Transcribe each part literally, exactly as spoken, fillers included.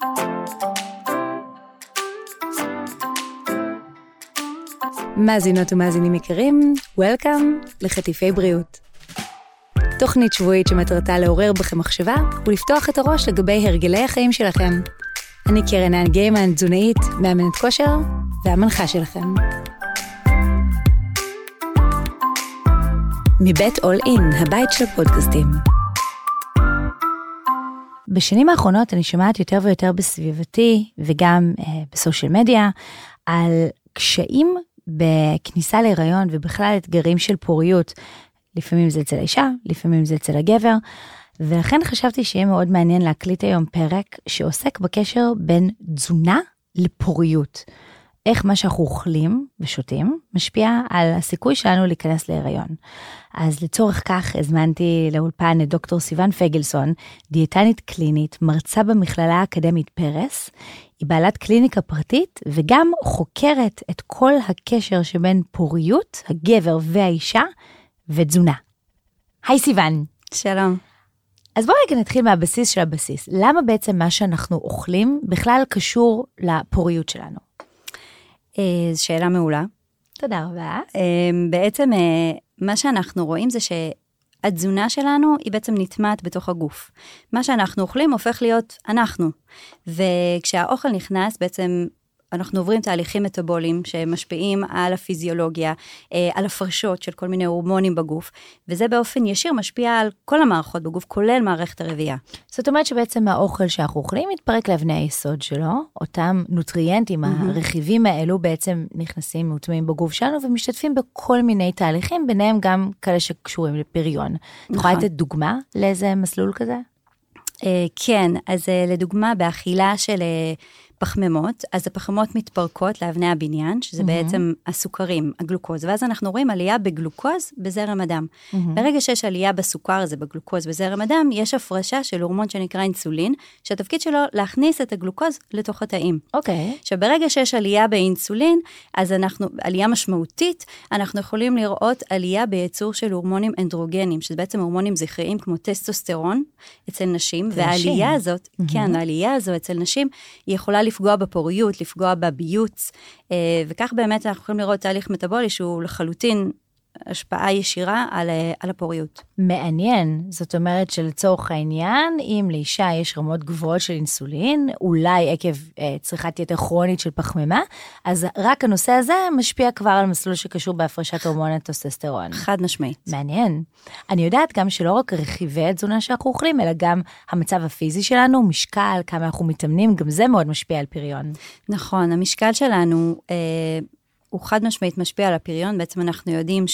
מאזינות ומאזינים יקרים, Welcome לחטיפי בריאות. תוכנית שבועית שמטרתה לעורר בכם מחשבה ולפתוח את הראש לגבי הרגלי החיים שלכם. אני קרן האן גיימן, תזונאית, מאמנת כושר והמנחה שלכם. מבית All In, הבית של הפודקאסטים. בשנים האחרונות אני שומעת יותר ויותר בסביבתי וגם אה, בסושיאל מדיה על קשיים בכניסה להיריון ובכלל אתגרים של פוריות. לפעמים זה אצל האישה, לפעמים זה אצל הגבר, ולכן חשבתי שיהיה מאוד מעניין להקליט היום פרק שעוסק בקשר בין תזונה לפוריות. איך מה שאנחנו אוכלים ושותים משפיע על הסיכוי שלנו להיכנס להיריון. אז לצורך כך הזמנתי לאולפן את דוקטור סיוון פגלסון, דיאטנית קלינית, מרצה במכללה האקדמית פרס, היא בעלת קליניקה פרטית וגם חוקרת את כל הקשר שבין פוריות, הגבר והאישה, ותזונה. היי סיוון. שלום. אז בואו רגע נתחיל מהבסיס של הבסיס. למה בעצם מה שאנחנו אוכלים בכלל קשור לפוריות שלנו? זו שאלה מעולה. תודה רבה. בעצם מה שאנחנו רואים זה שהתזונה שלנו היא בעצם נטמעת בתוך הגוף. מה שאנחנו אוכלים הופך להיות אנחנו. וכשהאוכל נכנס בעצם אנחנו עוברים תהליכים מטאבוליים שמשפיעים על הפיזיולוגיה, על הפרשות של כל מיני הורמונים בגוף, וזה באופן ישיר משפיע על כל המערכות בגוף, כולל מערכת הרבייה. זאת אומרת שבעצם האוכל שאנחנו אוכלים מתפרק לאבני היסוד שלו, אותם נוטריאנטים, mm-hmm. הרכיבים האלו בעצם נכנסים מוטמעים בגוף שלנו, ומשתתפים בכל מיני תהליכים, ביניהם גם כאלה שקשורים לפריון. נכון. יכולה לתת דוגמה לאיזה מסלול כזה? כן, אז לדוגמה באכילה של פחמימות, אז הפחמימות מתפרקות לאבני הבניין, שזה mm-hmm. בעצם הסוכרים, הגלוקוז, ואז אנחנו רואים עלייה בגלוקוז בזרם הדם. Mm-hmm. ברגע שיש עלייה בסוכר הזה, בגלוקוז בזרם הדם, יש הפרשה של הורמון שנקרא אינסולין, שהתפקיד שלו להכניס את הגלוקוז לתוך התאים. אוקיי. Okay. שברגע שיש עלייה באינסולין, אז אנחנו, עלייה משמעותית, אנחנו יכולים לראות עלייה בייצור של הורמונים אנדרוגנים, שזה בעצם הורמונים זכריים כמו טסטוסטרון אצל נשים, והעלייה הזאת, mm-hmm. כן, העלייה הזו אצל נשים, היא יכולה לפגוע בפוריות, לפגוע בביוץ, וכך באמת אנחנו יכולים לראות תהליך מטאבולי שהוא לחלוטין השפעה ישירה על, על הפוריות. מעניין, זאת אומרת שלצורך העניין, אם לאישה יש רמות גבוהות של אינסולין, אולי עקב אה, צריכת יתר כרונית של פחמימה, אז רק הנושא הזה משפיע כבר על מסלול שקשור בהפרשת הורמון הטסטוסטרון. חד משמעית. מעניין. אני יודעת גם שלא רק רכיבי התזונה שאנחנו אוכלים, אלא גם המצב הפיזי שלנו, משקל, כמה אנחנו מתאמנים, גם זה מאוד משפיע על פריון. נכון, המשקל שלנו אה, הוא חד משמעית משפיע על הפריון, בעצם אנחנו יודעים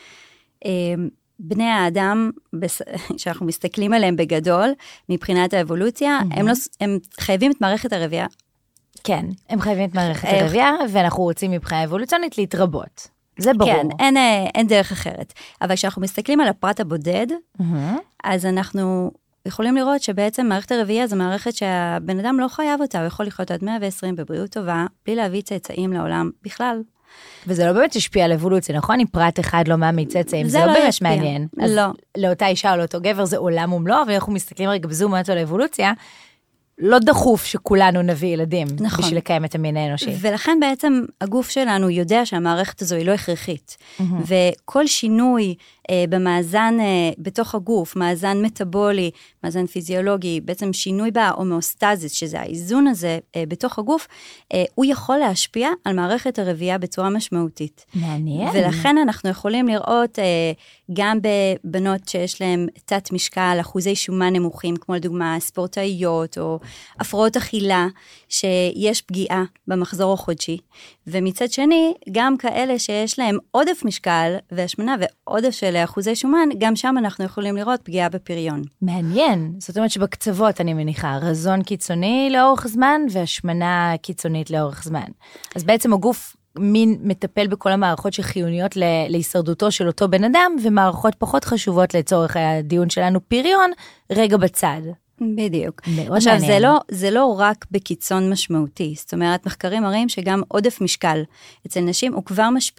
שבני האדם, שאנחנו מסתכלים עליהם בגדול, מבחינת האבולוציה, mm-hmm. הם, לא, הם חייבים את מערכת הרבייה. כן, הם חייבים את מערכת הרבייה, ואנחנו רוצים מבחינה אבולוציונית להתרבות. זה ברור. כן, אין, אין דרך אחרת. אבל כשאנחנו מסתכלים על הפרט הבודד, mm-hmm. אז אנחנו יכולים לראות שבעצם מערכת הרבייה זו מערכת שהבן אדם לא חייב אותה, הוא יכול לחיות עד מאה ועשרים בבריאות טובה, בלי להביא צאצאים לעולם בכלל. וזה לא באמת השפיע על אבולוציה, נכון? אם פרט אחד לא מאמץ צאצאים, זה, זה לא באמת ישפיע. מעניין. אז לא. לאותה אישה או לאותו גבר זה עולם ומלואו, אבל אנחנו מסתכלים רגע בזום על האבולוציה, לא דחוף שכולנו נביא ילדים, נכון. בשביל לקיים את המין האנושי. ולכן בעצם הגוף שלנו יודע שהמערכת הזו היא לא הכרחית. Mm-hmm. וכל שינוי אה, במאזן אה, בתוך הגוף, מאזן מטאבולי, מאזן פיזיולוגי, בעצם שינוי בהומאוסטזיס, שזה האיזון הזה אה, בתוך הגוף, אה, הוא יכול להשפיע על מערכת הרבייה בצורה משמעותית. מעניין. ולכן אנחנו יכולים לראות אה, גם בבנות שיש להן תת משקל, אחוזי שומן נמוכים, כמו לדוגמה ספורטאיות או הפרעות אכילה, שיש פגיעה במחזור החודשי, ומצד שני, גם כאלה שיש להם עודף משקל והשמנה ועודף של אחוזי שומן, גם שם אנחנו יכולים לראות פגיעה בפריון. מעניין, זאת אומרת שבקצוות אני מניחה, רזון קיצוני לאורך זמן, והשמנה קיצונית לאורך זמן. אז בעצם הגוף מין מטפל בכל המערכות שחיוניות להישרדותו של אותו בן אדם, ומערכות פחות חשובות לצורך הדיון שלנו פריון, רגע בצד. בדיוק. עכשיו, זה לא, זה לא רק בקיצון משמעותי, זאת אומרת, מחקרים מראים שגם עודף משקל אצל נשים הוא כבר משפיע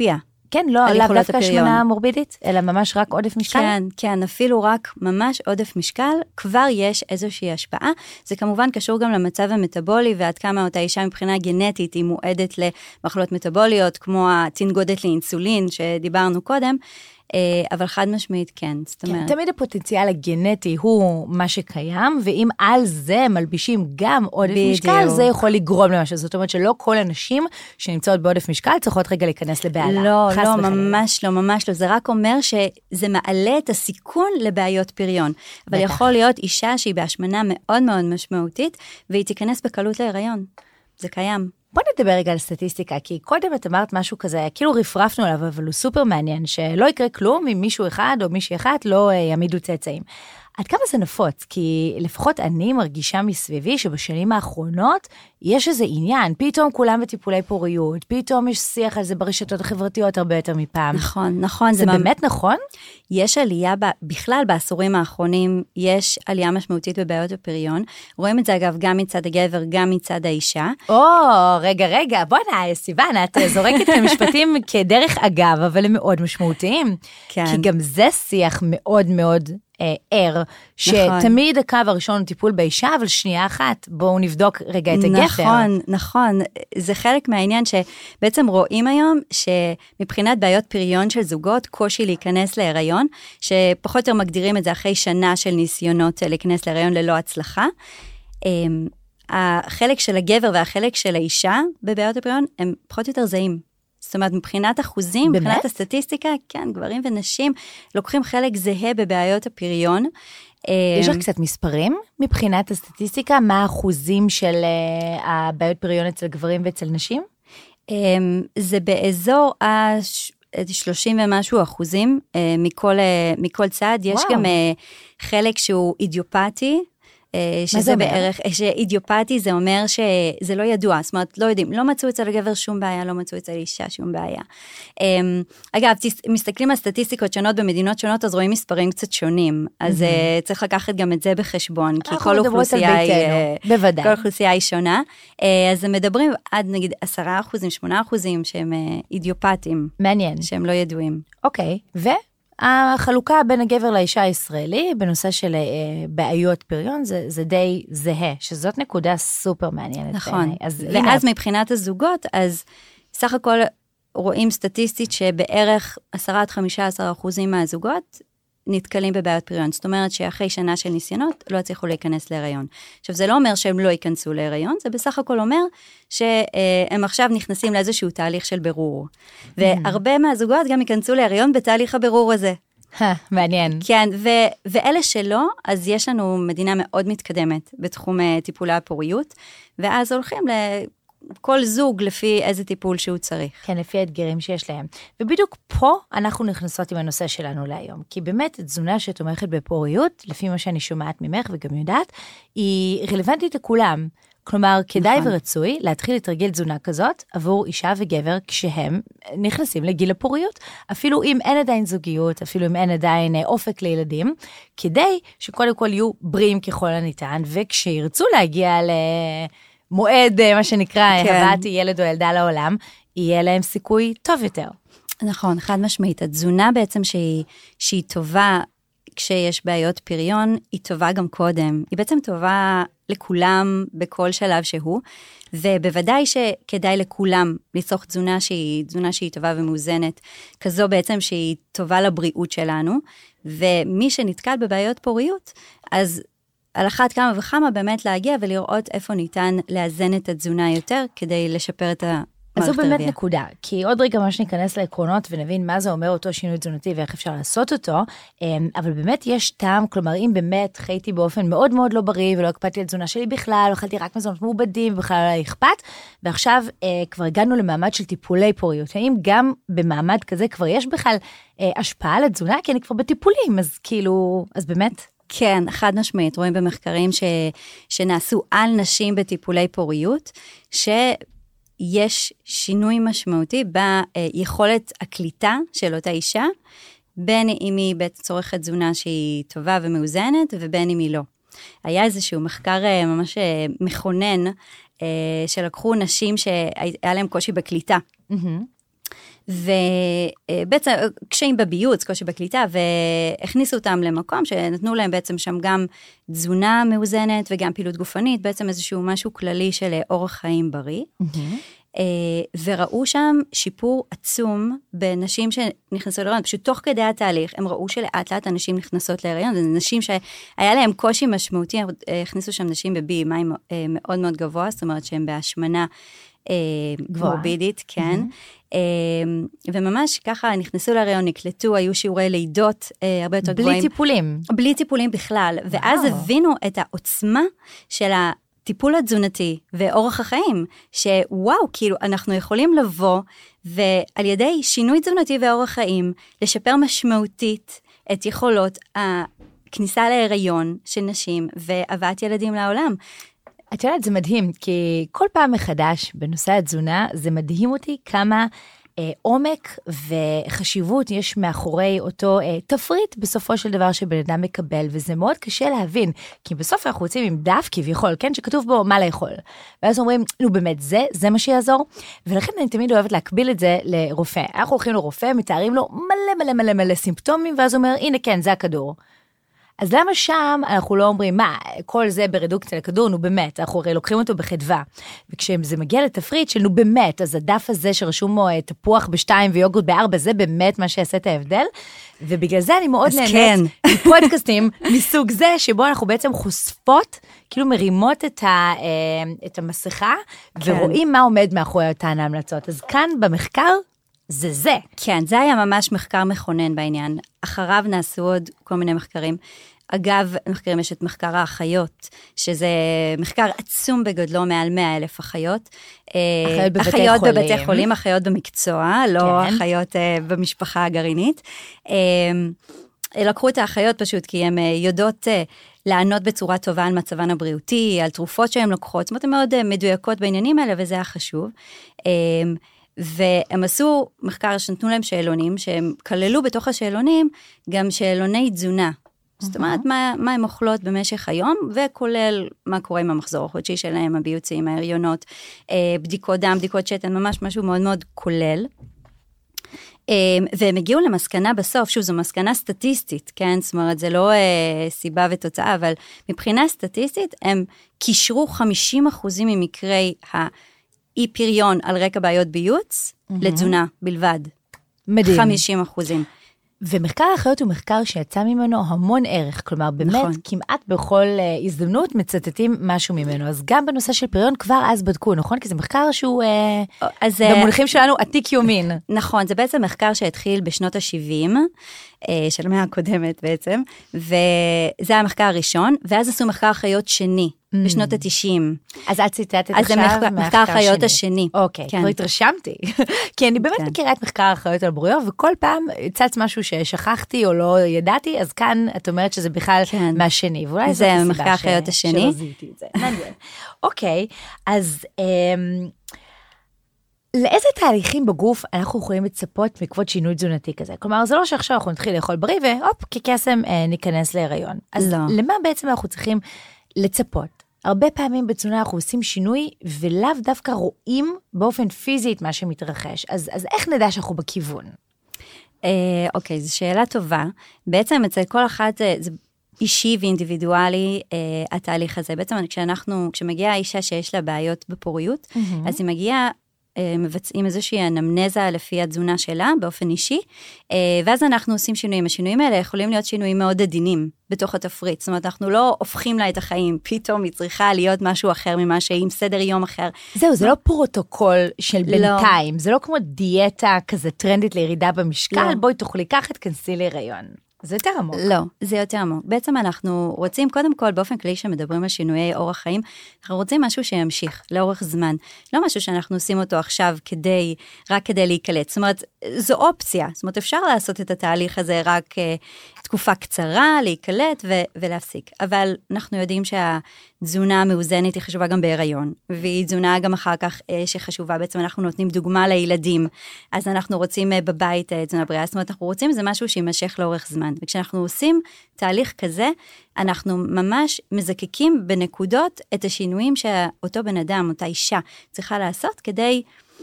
כן, לא, לאו דווקא השמנה מורבידית, אלא ממש רק עודף משקל? כן, כן, אפילו רק ממש עודף משקל, כבר יש איזושהי השפעה. זה כמובן קשור גם למצב המטאבולי, ועד כמה אותה אישה מבחינה גנטית היא מועדת למחלות מטאבוליות, כמו התנגודת לאינסולין שדיברנו קודם, אבל חד משמעית כן, זאת אומרת. תמיד הפוטנציאל הגנטי הוא מה שקיים, ואם על זה מלבישים גם עודף משקל, זה יכול לגרום למשהו. זאת אומרת שלא כל הנשים שנמצאות בעודף משקל צריכות רגע להיכנס לבעלה. לא, לא, ממש לא, ממש לא. זה רק אומר שזה מעלה את הסיכון לבעיות פריון. אבל יכול להיות אישה שהיא בהשמנה מאוד מאוד משמעותית, והיא תיכנס בקלות להיריון. זה קיים. בוא נדבר רגע על סטטיסטיקה, כי קודם את אמרת משהו כזה, כאילו רפרפנו עליו, אבל הוא סופר מעניין, שלא יקרה כלום אם מישהו אחד או מישהי אחת לא יעמידו צאצאים. עד כמה זה נפוץ? כי לפחות אני מרגישה מסביבי שבשנים האחרונות יש איזה עניין, פתאום כולם בטיפולי פוריות, פתאום יש שיח על זה ברשתות החברתיות הרבה יותר מפעם. נכון, נכון. זה, זה באמת מה... נכון? יש עלייה, בכלל בעשורים האחרונים, יש עלייה משמעותית בבעיות הפריון. רואים את זה אגב גם מצד הגבר, גם מצד האישה. או, רגע, רגע, בוא נע, סיוון, את זורקת למשפטים כדרך אגב, אבל הם מאוד משמעותיים. כן. כי גם זה שיח מאוד מאוד... ער, שתמיד הקו הראשון הוא טיפול באישה, אבל שנייה אחת, בואו נבדוק רגע את הגפר. נכון, נכון. זה חלק מהעניין שבעצם רואים היום, שמבחינת בעיות פריון של זוגות, קושי להיכנס להיריון, שפחות או יותר מגדירים את זה אחרי שנה של ניסיונות להיכנס להיריון ללא הצלחה. החלק של הגבר והחלק של האישה בבעיות הפריון, הם פחות או יותר זהים. זאת אומרת, מבחינת אחוזים, באמת? מבחינת הסטטיסטיקה, כן, גברים ונשים לוקחים חלק זהה בבעיות הפריון. יש לך קצת מספרים מבחינת הסטטיסטיקה? מה האחוזים של הבעיות פריון אצל גברים ואצל נשים? זה באזור ה-שלושים ומשהו אחוזים מכל, מכל צד. יש וואו. גם חלק שהוא אידיופתי, שזה בערך, שאידיופתי זה אומר שזה לא ידוע, זאת אומרת, לא יודעים, לא מצאו אצל הגבר שום בעיה, לא מצאו אצל אישה שום בעיה. אגב, מסתכלים על סטטיסטיקות שונות במדינות שונות, אז רואים מספרים קצת שונים, אז צריך לקחת גם את זה בחשבון, כי כל אוכלוסייה היא, כל אוכלוסייה היא שונה, אז הם מדברים עד נגיד עשרה אחוזים, שמונה אחוזים שהם אידיופתיים. מעניין. שהם לא ידועים. אוקיי, ו? החלוקה בין הגבר לאישה הישראלי, בנושא של בעיות פריון, זה, זה די זהה, שזאת נקודה סופר מעניינת. נכון, אז ואז הנה... מבחינת הזוגות, אז סך הכל רואים סטטיסטית שבערך עשרה עד חמישה עשר אחוזים מהזוגות, נתקלים בבעיות פריון. זאת אומרת שאחרי שנה של ניסיונות, לא הצליחו להיכנס להיריון. עכשיו, זה לא אומר שהם לא ייכנסו להיריון, זה בסך הכל אומר שהם עכשיו נכנסים לאיזשהו תהליך של ברור. והרבה מהזוגות גם ייכנסו להיריון בתהליך הברור הזה. מעניין. כן, ואלה שלא, אז יש לנו מדינה מאוד מתקדמת בתחום טיפולי הפוריות, ואז הולכים ל... כל זוג לפי איזה טיפול שהוא צריך. כן, לפי האתגרים שיש להם. ובדיוק פה אנחנו נכנסות עם הנושא שלנו להיום. כי באמת תזונה שתומכת בפוריות, לפי מה שאני שומעת ממך וגם יודעת, היא רלוונטית לכולם. כלומר, כדאי נכון. ורצוי להתחיל להתרגל תזונה כזאת עבור אישה וגבר כשהם נכנסים לגיל הפוריות. אפילו אם אין עדיין זוגיות, אפילו אם אין עדיין אופק לילדים, כדי שקודם כל יהיו בריאים ככל הניתן, וכשירצו להגיע ל... מועד, מה שנקרא, כן. הבאתי ילד או ילדה לעולם, יהיה להם סיכוי טוב יותר. נכון, חד משמעית. התזונה בעצם שהיא, שהיא טובה כשיש בעיות פריון, היא טובה גם קודם. היא בעצם טובה לכולם בכל שלב שהוא, ובוודאי שכדאי לכולם לצרוך תזונה שהיא, תזונה שהיא טובה ומאוזנת, כזו בעצם שהיא טובה לבריאות שלנו, ומי שנתקל בבעיות פוריות, אז על אחת כמה וכמה באמת להגיע ולראות איפה ניתן לאזן את התזונה יותר, כדי לשפר את המערכת הרבייה. אז זו באמת נקודה, כי עוד רגע ממש ניכנס לעקרונות ונבין מה זה אומר אותו שינוי תזונתי ואיך אפשר לעשות אותו, אבל באמת יש טעם, כלומר אם באמת חייתי באופן מאוד מאוד לא בריא, ולא הקפדתי על תזונה שלי בכלל, אכלתי רק מזונות מעובדים, ובכלל לא היה אכפת, ועכשיו כבר הגענו למעמד של טיפולי פוריות, האם גם במעמד כזה כבר יש בכלל השפעה על התזונה, כי אני כבר בטיפולים, אז כאילו, אז באמת... כן, חד משמעית, רואים במחקרים ש, שנעשו על נשים בטיפולי פוריות, שיש שינוי משמעותי ביכולת הקליטה של אותה אישה, בין אם היא צורכת תזונה שהיא טובה ומאוזנת, ובין אם היא לא. היה איזשהו מחקר ממש מכונן, שלקחו נשים שהיה להם קושי בקליטה, ובעצם קשיים בביוץ, קושי בקליטה, והכניסו אותם למקום שנתנו להם בעצם שם גם תזונה מאוזנת וגם פעילות גופנית, בעצם איזשהו משהו כללי של אורח חיים בריא. וראו שם שיפור עצום בנשים שנכנסו להיריון, פשוט תוך כדי התהליך, הם ראו שלאט לאט הנשים נכנסות להיריון, זה נשים שהיה להם קושי משמעותי, הכניסו שם נשים ב-בי אם איי מאוד מאוד גבוה, זאת אומרת שהם בהשמנה מורבידית, כן, וממש ככה נכנסו להיריון, נקלטו, היו שיעורי לידות הרבה יותר גבוהים. בלי טיפולים. בלי טיפולים בכלל, ואז הבינו את העוצמה של ה... טיפול התזונתי ואורח החיים, שוואו, כאילו אנחנו יכולים לבוא, ועל ידי שינוי תזונתי ואורח חיים, לשפר משמעותית את יכולות הכניסה להיריון של נשים, והבאת ילדים לעולם. את יודעת, זה מדהים, כי כל פעם מחדש בנושא התזונה, זה מדהים אותי כמה אה, עומק וחשיבות יש מאחורי אותו אה, תפריט בסופו של דבר שבן אדם מקבל, וזה מאוד קשה להבין, כי בסוף אנחנו רוצים עם דף כביכול, כן, שכתוב בו מה לאכול, ואז אומרים, נו באמת, זה, זה מה שיעזור, ולכן אני תמיד אוהבת להקביל את זה לרופא, אנחנו הולכים לרופא, מתארים לו מלא מלא מלא מלא סימפטומים, ואז הוא אומר, הנה כן, זה הכדור. אז למה שם אנחנו לא אומרים, מה, כל זה ברדוקציה לכדור, נו באמת, אנחנו הרי לוקחים אותו בחדווה, וכשזה מגיע לתפריט של נו באמת, אז הדף הזה שרשום בו תפוח בשתיים ויוגורט בארבע, זה באמת מה שיעשה את ההבדל, ובגלל זה אני מאוד נהנית כן. מפודקאסטים מסוג זה, שבו אנחנו בעצם חושפות, כאילו מרימות את, ה, את המסכה, כן. ורואים מה עומד מאחורי אותן ההמלצות. אז כאן במחקר, זה זה. כן, זה היה ממש מחקר מכונן בעניין. אחריו נעשו עוד כל מיני מחקרים. אגב, מחקרים יש את מחקר האחיות, שזה מחקר עצום בגודלו, מעל מאה אלף אחיות. אחיות בבתי אחיות חולים. בבתי חולים, אחיות במקצוע, לא כן. אחיות במשפחה הגרעינית. לקחו את האחיות פשוט, כי הן יודעות לענות בצורה טובה על מצבן הבריאותי, על תרופות שהן לוקחות, זאת אומרת, הן מאוד מדויקות בעניינים האלה, וזה היה חשוב. והם עשו מחקר שנתנו להם שאלונים, שהם כללו בתוך השאלונים גם שאלוני תזונה. זאת אומרת, מה, מה הם אוכלות במשך היום, וכולל מה קורה עם המחזור החודשי שלהם, הביוצים, ההריונות, בדיקות דם, בדיקות שתן, ממש משהו מאוד מאוד כולל. והם הגיעו למסקנה בסוף, שוב, זו מסקנה סטטיסטית, כן? זאת אומרת, זה לא סיבה ותוצאה, אבל מבחינה סטטיסטית, הם קישרו חמישים אחוזים ממקרי ה... אי פריון על רקע בעיות ביוץ, mm-hmm. לתזונה בלבד. מדהים. חמישים אחוזים. ומחקר האחיות הוא מחקר שיצא ממנו המון ערך, כלומר באמת נכון. כמעט בכל uh, הזדמנות מצטטים משהו ממנו, אז גם בנושא של פריון כבר אז בדקו, נכון? כי זה מחקר שהוא uh, אז, במונחים שלנו עתיק יומין. נכון, זה בעצם מחקר שהתחיל בשנות ה-שבעים, uh, של המאה הקודמת בעצם, וזה המחקר הראשון, ואז עשו מחקר אחיות שני, בשנות ה-תשעים. אז את ציטטת עכשיו מהמחקר השני. אז זה מחקר החיות השני. אוקיי, כבר התרשמתי. כי אני באמת מכירה את מחקר החיות על בריאו, וכל פעם צץ משהו ששכחתי או לא ידעתי, אז כאן את אומרת שזה בכלל מהשני. ואולי זאת הסיבה שלא זיהיתי את זה. אוקיי, אז לאיזה תהליכים בגוף אנחנו יכולים לצפות בעקבות שינוי תזונתי כזה? כלומר, זה לא שעכשיו אנחנו נתחיל לאכול בריא, והופ, כקסם ניכנס להיריון. אז למה בעצם אנחנו צריכים לצפות? הרבה פעמים בתזונה אנחנו עושים שינוי, ולאו דווקא רואים באופן פיזי את מה שמתרחש. אז, אז איך נדע שאנחנו בכיוון? אוקיי, זו שאלה טובה. בעצם אצל כל אחת זה אישי ואינדיבידואלי, התהליך הזה. בעצם כשאנחנו, כשמגיעה האישה שיש לה בעיות בפוריות, אז היא מגיעה, מבצעים איזושהי אנמנזה לפי התזונה שלה, באופן אישי, ואז אנחנו עושים שינויים. השינויים האלה יכולים להיות שינויים מאוד עדינים בתוך התפריט, זאת אומרת, אנחנו לא הופכים לה את החיים, פתאום היא צריכה להיות משהו אחר ממה שהיא, עם סדר יום אחר. זהו, זה לא פרוטוקול של בינתיים, זה לא כמו דיאטה כזה טרנדית לירידה במשקל, בואי תאכלי ככה, תכנסי להיריון. זה יותר עמוק. לא, זה יותר עמוק. בעצם אנחנו רוצים, קודם כל, באופן כללי שמדברים על שינויי אורח חיים, אנחנו רוצים משהו שימשיך לאורך זמן. לא משהו שאנחנו עושים אותו עכשיו כדי, רק כדי להיקלט. זאת אומרת, זו אופציה. זאת אומרת, אפשר לעשות את התהליך הזה רק uh, תקופה קצרה, להיקלט ו- ולהפסיק. אבל אנחנו יודעים שהתזונה המאוזנת היא חשובה גם בהיריון, והיא תזונה גם אחר כך uh, שחשובה. בעצם אנחנו נותנים דוגמה לילדים, אז אנחנו רוצים uh, בבית uh, תזונה בריאה. זאת אומרת, אנחנו רוצים זה משהו שימשך לאורך זמן. וכשאנחנו עושים תהליך כזה, אנחנו ממש מזקקים בנקודות את השינויים שאותו בן אדם, אותה אישה, צריכה לעשות כדי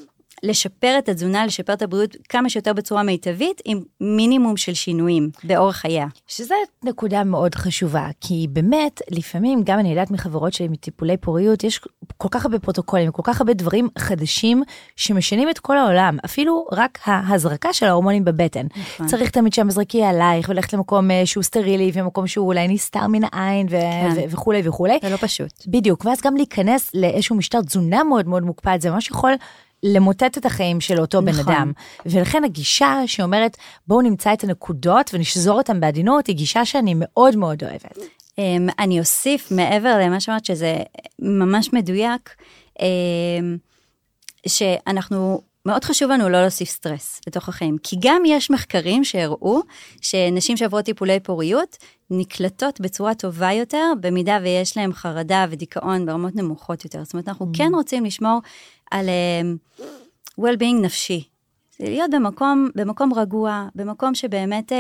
לשפר את התזונה, לשפר את הבריאות כמה שיותר בצורה מיטבית, עם מינימום של שינויים באורח חייה. שזו נקודה מאוד חשובה, כי באמת, לפעמים, גם אני יודעת מחברות שלי מטיפולי פוריות, יש כל כך הרבה פרוטוקולים, כל כך הרבה דברים חדשים, שמשנים את כל העולם, אפילו רק ההזרקה של ההורמונים בבטן. נכון. צריך תמיד שהמזרקי עלייך, ולכת למקום שהוא סטרילי, ומקום שהוא אולי נסתר מן העין, ו- כן. ו- וכו' וכו'. זה לא פשוט. בדיוק, ואז גם להיכנס לאיזשהו משטר תזונה מאוד מאוד מוקפד, זה ממש יכול למוטט את החיים של אותו נכון. בן אדם. ולכן הגישה שאומרת, בואו נמצא את הנקודות ונשזור אותם בעדינות, היא גישה שאני מאוד מאוד אוהבת. אני אוסיף מעבר למה שאמרת שזה ממש מדויק, שאנחנו, מאוד חשוב לנו לא להוסיף סטרס לתוך החיים, כי גם יש מחקרים שהראו שנשים שעברו טיפולי פוריות נקלטות בצורה טובה יותר, במידה ויש להם חרדה ודיכאון ברמות נמוכות יותר. זאת אומרת, אנחנו כן רוצים לשמור על uh, well-being נפשי. להיות במקום, במקום רגוע, במקום שבאמת uh,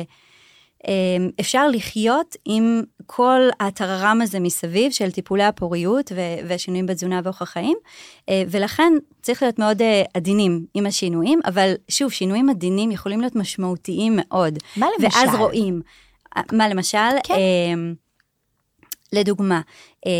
uh, אפשר לחיות עם כל הטררם הזה מסביב של טיפולי הפוריות ו- ושינויים בתזונה ואורח חיים, uh, ולכן צריך להיות מאוד uh, עדינים עם השינויים, אבל שוב, שינויים עדינים יכולים להיות משמעותיים מאוד. מה למשל? ואז רואים, מה למשל? כן. Uh, לדוגמה, uh,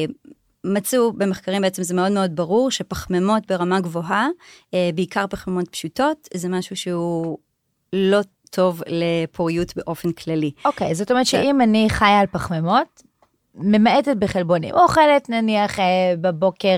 מצאו במחקרים בעצם זה מאוד מאוד ברור, שפחמימות ברמה גבוהה, בעיקר פחמימות פשוטות, זה משהו שהוא לא טוב לפוריות באופן כללי. אוקיי, זאת אומרת שאם אני חיה על פחמימות, ממעטת בחלבונים, אוכלת נניח בבוקר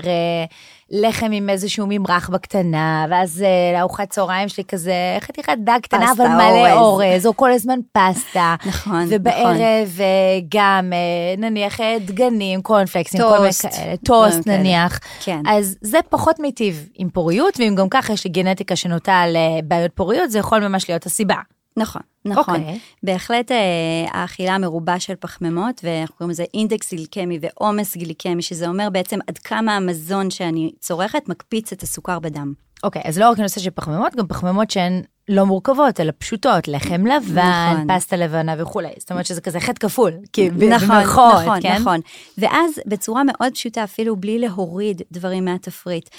לחם עם איזשהו ממרח בקטנה, ואז לארוחת צהריים שלי כזה, חתיכת דג קטנה, אבל מלא אורז, או כל הזמן פסטה. נכון, ובערב גם נניח דגנים, קורנפלקסים, כל מיני כאלה, טוסט נניח. אז זה פחות מיטיב עם פוריות, ואם גם ככה יש לי גנטיקה שנוטה על בעיות פוריות, זה יכול ממש להיות הסיבה. נכון, נכון. Okay. בהחלט האכילה המרובה של פחמימות, ואנחנו קוראים לזה אינדקס גליקמי ועומס גליקמי, שזה אומר בעצם עד כמה המזון שאני צורכת מקפיץ את הסוכר בדם. אוקיי, okay, אז לא רק הנושא של פחמימות, גם פחמימות שהן לא מורכבות, אלא פשוטות, לחם לבן, נכון. פסטה לבנה וכו'. זאת אומרת שזה כזה חטא כפול, כי נכון, במרכאות, נכון, כן? נכון. ואז בצורה מאוד פשוטה, אפילו בלי להוריד דברים מהתפריט,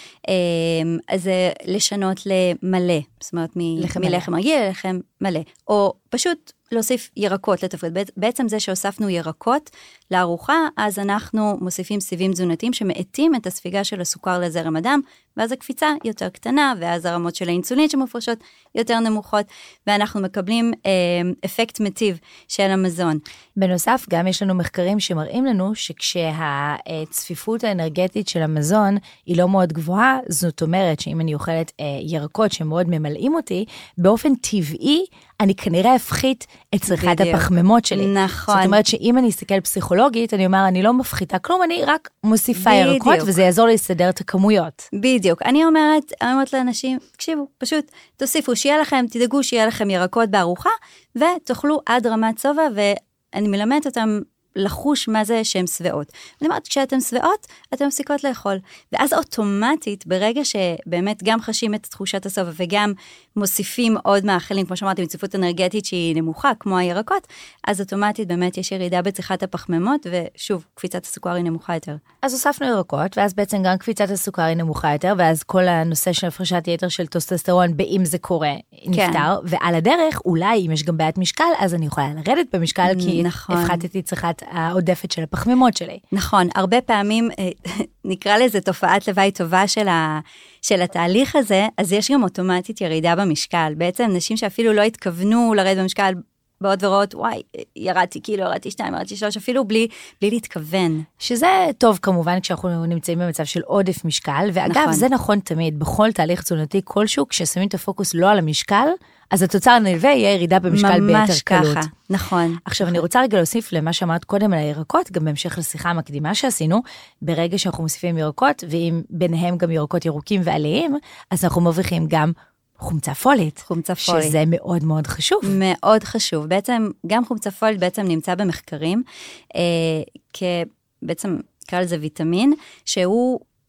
אז לשנות למלא, זאת אומרת מלחם רגיל ללחם מלא, או פשוט להוסיף ירקות לתפריט. בעצם זה שהוספנו ירקות לארוחה, אז אנחנו מוסיפים סיבים תזונתיים שמעטים את הספיגה של הסוכר לזרם הדם, ואז הקפיצה יותר קטנה, ואז הרמות של האינסולין שמופרשות יותר נמוכות, ואנחנו מקבלים אה, אפקט מטיב של המזון. בנוסף, גם יש לנו מחקרים שמראים לנו שכשהצפיפות האנרגטית של המזון היא לא מאוד גבוהה, זאת אומרת שאם אני אוכלת אה, ירקות שמאוד ממלאים אותי, באופן טבעי אני כנראה אפחית את צריכת הפחמימות שלי. נכון. זאת אומרת שאם אני אסתכל פסיכולוגית, אני אומר, אני לא מפחיתה כלום, אני רק מוסיפה בדיוק. ירקות, וזה יעזור לי לסדר את הכמויות. בדיוק. אני אומרת, אני אומרת לאנשים, תקשיבו, פשוט תוסיפו, שיהיה לכם, תדאגו שיהיה לכם ירקות בארוחה, ותאכלו עד רמת שובע, ואני מלמדת אותם לחוש מה זה שהן שבעות. אני אומרת, כשאתן שבעות, אתן מפסיקות לאכול. ואז אוטומטית, ברגע שבאמת גם חשים את תחושת השובע, וגם מוסיפים עוד מאכלים, כמו שאמרתי, מצפיפות אנרגטית שהיא נמוכה, כמו הירקות, אז אוטומטית באמת יש ירידה בצריכת הפחמימות, ושוב, קפיצת הסוכר היא נמוכה יותר. אז הוספנו ירקות, ואז בעצם גם קפיצת הסוכר היא נמוכה יותר, ואז כל הנושא של הפרשת יתר של טוסטסטרון, באם זה קורה, נפטר, כן. ועל הדרך, אולי אם יש גם בעיית משקל, אז אני יכולה לרדת במשקל, כי נכון. הפחתתי צריכת העודפת של הפחמימות שלי. נכון, הרבה פעמים נקרא לזה תופעת לוואי טובה של, ה, של התהליך הזה, אז יש גם אוטומטית ירידה במשקל. בעצם נשים שאפילו לא התכוונו לרדת במשקל, בעוד ורואות, וואי, ירדתי קילו, ירדתי שתיים, ירדתי שלוש, אפילו בלי, בלי להתכוון. שזה טוב כמובן כשאנחנו נמצאים במצב של עודף משקל, ואגב נכון. זה נכון תמיד, בכל תהליך תזונתי כלשהו, כששמים את הפוקוס לא על המשקל, אז התוצר הנלווה יהיה ירידה במשקל ביתר קלות. ממש ככה, נכון. עכשיו אני רוצה רגע להוסיף למה שאמרת קודם על הירקות, גם בהמשך לשיחה המקדימה שעשינו, ברגע שאנחנו מוסיפים ירקות, ואם ביניהם גם ירקות ירוקים ועליים, אז אנחנו מבריחים גם חומצה פולית, חומצה פולית. שזה מאוד מאוד חשוב. מאוד חשוב. בעצם, גם חומצה פולית בעצם נמצא במחקרים, אה, כבעצם, נקרא לזה ויטמין, שהוא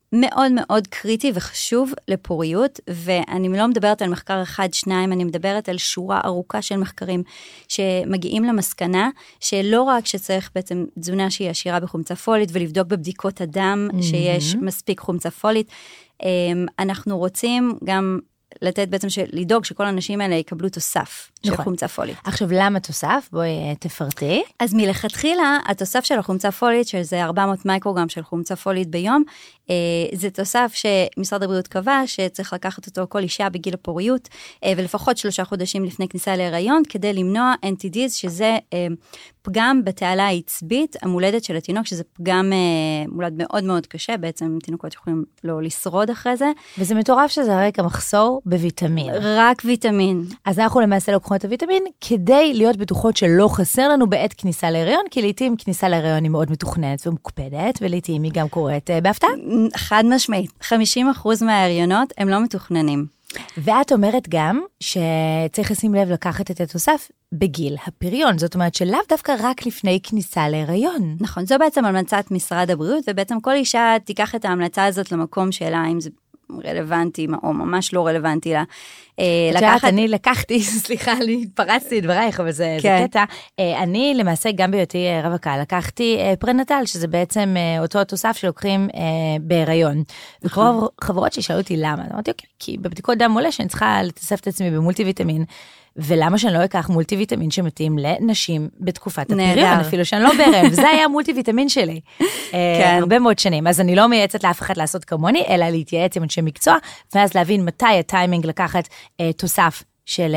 מאוד מאוד קריטי וחשוב לפוריות, ואני לא מדברת על מחקר אחד, שניים, אני מדברת על שורה ארוכה של מחקרים שמגיעים למסקנה, שלא רק שצריך בעצם תזונה שהיא עשירה בחומצה פולית, ולבדוק בבדיקות הדם mm-hmm. שיש מספיק חומצה פולית, אנחנו רוצים גם לתת בעצם לדאוג שכל האנשים האלה יקבלו תוסף של נכון. חומצה פולית. עכשיו, למה תוסף? בואי תפרטי. אז מלכתחילה, התוסף של החומצה פולית, שזה ארבע מאות מייקרוגרם של חומצה פולית ביום, אה, זה תוסף שמשרד הבריאות קבע, שצריך לקחת אותו כל אישה בגיל הפוריות, אה, ולפחות שלושה חודשים לפני כניסה להיריון, כדי למנוע אן טי דיז, שזה אה, פגם בתעלה העצבית, המולדת של התינוק, שזה פגם אה, מולד מאוד מאוד קשה, בעצם תינוקות יכולים לא לשרוד אחרי זה. וזה מטורף שזה רק המחסור בוויטמין. רק ויטמין. אז אנחנו למעשה לוקחים את הוויטמין, כדי להיות בטוחות שלא חסר לנו בעת כניסה להיריון, כי לעתים כניסה להיריון היא מאוד מתוכננת ומוקפדת, ולעתים היא גם קורית בהפתעה. חד משמעית, חמישים אחוז מההריונות הם לא מתוכננים. ואת אומרת גם שצריך לשים לב לקחת את התוסף בגיל הפריון, זאת אומרת שלאו דווקא רק לפני כניסה להיריון. נכון, זו בעצם המלצת משרד הבריאות, ובעצם כל אישה תיקח את ההמלצה הזאת למקום שלה, אם זה רלוונטי או ממש לא רלוונטי לה. את יודעת, אני לקחתי, סליחה, אני התפרצתי את דברייך, אבל זה קטע. אני למעשה גם בהיותי רווקה, לקחתי פרנטל, שזה בעצם אותו תוסף שלוקחים בהיריון. וקרוב חברות ששאלו אותי למה. אמרתי, אוקיי, כי בבדיקות דם עולה שאני צריכה לתוסף את עצמי במולטי ויטמין, ולמה שאני לא אקח מולטי ויטמין שמתאים לנשים בתקופת הפריון, אפילו שאני לא בערב, זה היה מולטי ויטמין שלי. הרבה מאוד שנים, אז אני לא מייעצת לאף אחד לעשות כמוני, אלא להתייעץ עם אנשי מקצוע, ואז להבין מתי הטיימינג לקחת תוסף של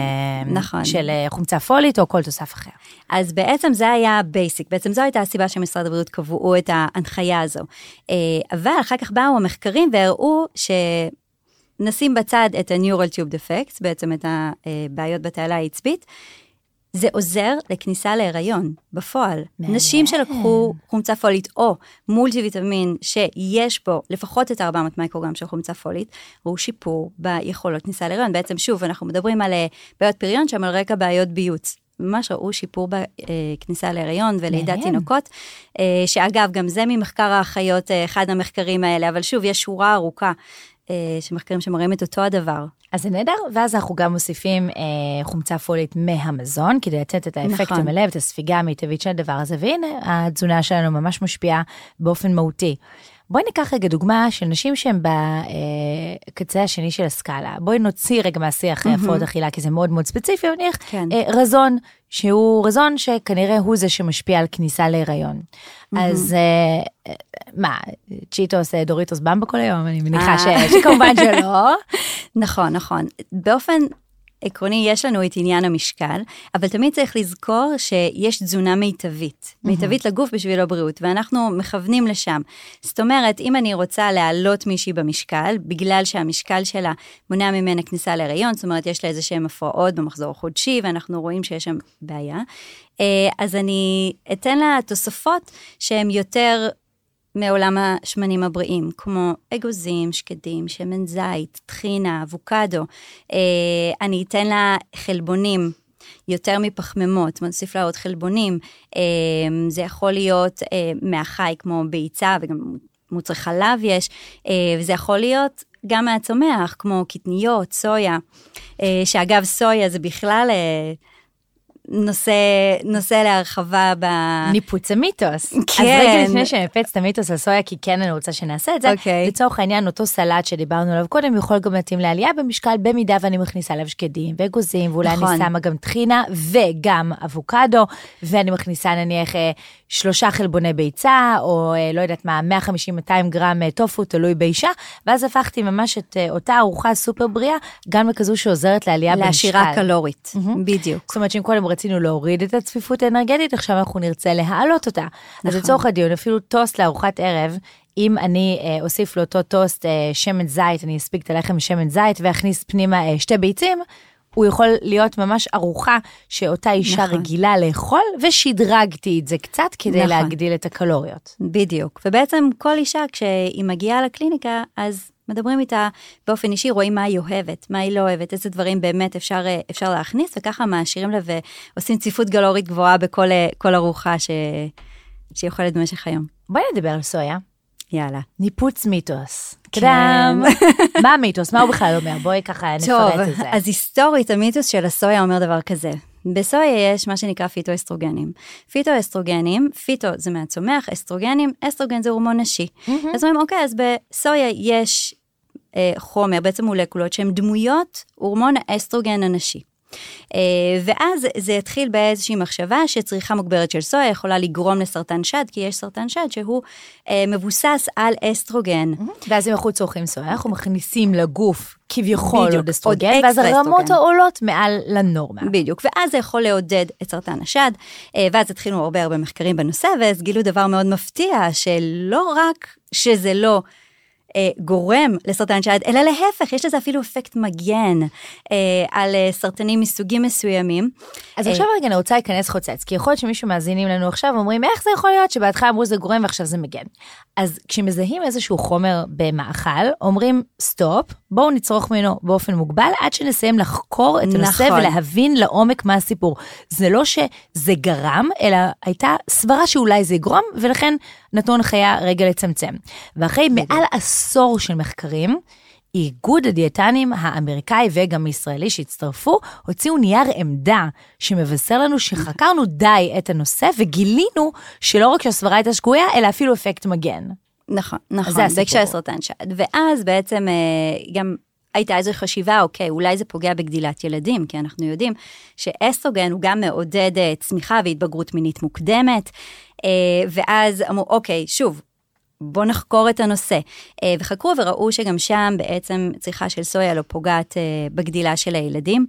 חומצה פולית או כל תוסף אחר. אז בעצם זה היה בייסיק, בעצם זו הייתה הסיבה שמשרד הבריאות קבעו את ההנחיה הזו. אבל אחר כך באו המחקרים והראו ש... נשים בצד את ה-neural tube defects, בעצם את הבעיות בתעלה העצבית, זה עוזר לכניסה להיריון, בפועל. מעניין. נשים שלקחו חומצה פולית או מולטי ויטמין שיש בו לפחות את ארבע מאות מייקרוגרם של חומצה פולית, ראו שיפור ביכולות כניסה להיריון. בעצם שוב, אנחנו מדברים על בעיות פריון, שם על רקע בעיות ביוץ. ממש ראו שיפור בכניסה להיריון ולידת תינוקות, שאגב, גם זה ממחקר האחיות, אחד המחקרים האלה, אבל שוב, יש שורה ארוכה, שמחקרים שמראים את אותו הדבר. אז זה נהדר, ואז אנחנו גם מוסיפים אה, חומצה פולית מהמזון, כדי לתת את האפקט נכון. המלא, את הספיגה המיטבית של הדבר הזה, והנה, התזונה שלנו ממש משפיעה באופן מהותי. בואי ניקח רגע דוגמה של נשים שהן בקצה השני של הסקאלה. בואי נוציא רגע מהשיח הפרעות אכילה, כי זה מאוד מאוד ספציפי, ונניח כן. אה, רזון, שהוא רזון שכנראה הוא זה שמשפיע על כניסה להיריון. אז אה, מה, צ'יטוס, דוריטוס במבה כל היום, אני מניחה שכמובן שלא. נכון, נכון. באופן עקרוני יש לנו את עניין המשקל, אבל תמיד צריך לזכור שיש תזונה מיטבית, מיטבית לגוף בשביל הבריאות, ואנחנו מכוונים לשם. זאת אומרת, אם אני רוצה להעלות מישהי במשקל, בגלל שהמשקל שלה מונע ממנה כניסה להיריון, זאת אומרת, יש לה איזה שהן הפרעות במחזור החודשי, ואנחנו רואים שיש שם בעיה, אז אני אתן לה תוספות שהן יותר מעולם השמנים הבריאים, כמו אגוזים, שקדים, שמן זית, טחינה, אבוקדו. אה, אני אתן לה חלבונים יותר מפחמימות, מוסיף לה עוד חלבונים. אה, זה יכול להיות אה, מהחי, כמו ביצה, וגם מוצרי חלב יש, אה, וזה יכול להיות גם מהצומח, כמו קטניות, סויה, אה, שאגב סויה זה בכלל... אה, נושא, נושא להרחבה ב... ניפוץ המיתוס. כן. אז רגע לפני שנפץ את המיתוס על סויה, כי כן אני רוצה שנעשה את זה, okay. לצורך העניין אותו סלט שדיברנו עליו קודם, יכול גם להתאים לעלייה במשקל, במידה ואני מכניסה לב שקדים ואגוזים, ואולי נכון. אני שמה גם טחינה וגם אבוקדו, ואני מכניסה נניח שלושה חלבוני ביצה, או לא יודעת מה, מאה וחמישים עד מאתיים גרם טופו, תלוי באישה, ואז הפכתי ממש את אותה ארוחה סופר בריאה, גם לכזו שעוזרת לעלייה במשקל. להשירה קלורית, mm-hmm. בדיוק. זאת אומרת שאם קודם רצינו להוריד את הצפיפות האנרגטית, עכשיו אנחנו נרצה להעלות אותה. נכון. אז לצורך הדיון, אפילו טוסט לארוחת ערב, אם אני אה, אוסיף לאותו טוסט אה, שמן זית, אני אספיק את הלחם שמן זית, ואכניס פנימה אה, שתי ביצים, הוא יכול להיות ממש ארוחה שאותה אישה נכון. רגילה לאכול, ושדרגתי את זה קצת כדי נכון. להגדיל את הקלוריות. בדיוק. ובעצם כל אישה, כשהיא מגיעה לקליניקה, אז מדברים איתה באופן אישי, רואים מה היא אוהבת, מה היא לא אוהבת, איזה דברים באמת אפשר, אפשר להכניס, וככה מעשירים לה ועושים ציפות גלורית גבוהה בכל כל ארוחה ש... שהיא אוכלת במשך היום. בואי נדבר על סויה. יאללה. ניפוץ מיתוס. כן. מה המיתוס? מה הוא בכלל אומר? בואי ככה נפרט את זה. טוב, אז היסטורית, המיתוס של הסויה אומר דבר כזה. בסויה יש מה שנקרא פיטואסטרוגנים. פיטואסטרוגנים, פיטו זה מהצומח, אסטרוגנים, אסטרוגן זה הורמון נשי. אז אומרים, אוקיי, אז בסויה יש אה, חומר, בעצם מולקולות שהן דמויות הורמון האסטרוגן הנשי. Uh, ואז זה התחיל באיזושהי מחשבה שצריכה מוגברת של סויה יכולה לגרום לסרטן שד, כי יש סרטן שד שהוא uh, מבוסס על אסטרוגן. Mm-hmm. ואז אם אנחנו צורכים סויה, אנחנו מכניסים לגוף כביכול בדיוק, עוד אסטרוגן, ואז הרמות העולות מעל לנורמה. בדיוק, ואז זה יכול לעודד את סרטן השד, uh, ואז התחילו הרבה הרבה מחקרים בנושא, ואז גילו דבר מאוד מפתיע, שלא רק שזה לא גורם לסרטן שד, אלא להפך, יש לזה אפילו אפקט מגן אה, על סרטנים מסוגים מסוימים. אז עכשיו רגע אני רוצה להיכנס חוצץ, כי יכול להיות שמישהו מאזינים לנו עכשיו, אומרים, איך זה יכול להיות שבהתחלה אמרו זה גורם ועכשיו זה מגן. אז כשמזהים איזשהו חומר במאכל, אומרים, סטופ, בואו נצרוך ממנו באופן מוגבל, עד שנסיים לחקור את הנושא נכון. ולהבין לעומק מה הסיפור. זה לא שזה גרם, אלא הייתה סברה שאולי זה יגרום, ולכן נתנו הנחיה רגע לצמצם. ואחרי מעל עשור של מחקרים, איגוד הדיאטנים האמריקאי וגם הישראלי שהצטרפו, הוציאו נייר עמדה שמבשר לנו שחקרנו די את הנושא, וגילינו שלא רק שהסברה הייתה שגויה, אלא אפילו אפקט מגן. נכון, נכון, זה כשהסרטן שד. ואז בעצם גם הייתה איזו חשיבה, אוקיי, אולי זה פוגע בגדילת ילדים, כי אנחנו יודעים שאסטרוגן הוא גם מעודד צמיחה והתבגרות מינית מוקדמת, ואז אמרו, אוקיי, שוב, בוא נחקור את הנושא. וחקרו וראו שגם שם בעצם צריכה של סויה לא פוגעת בגדילה של הילדים.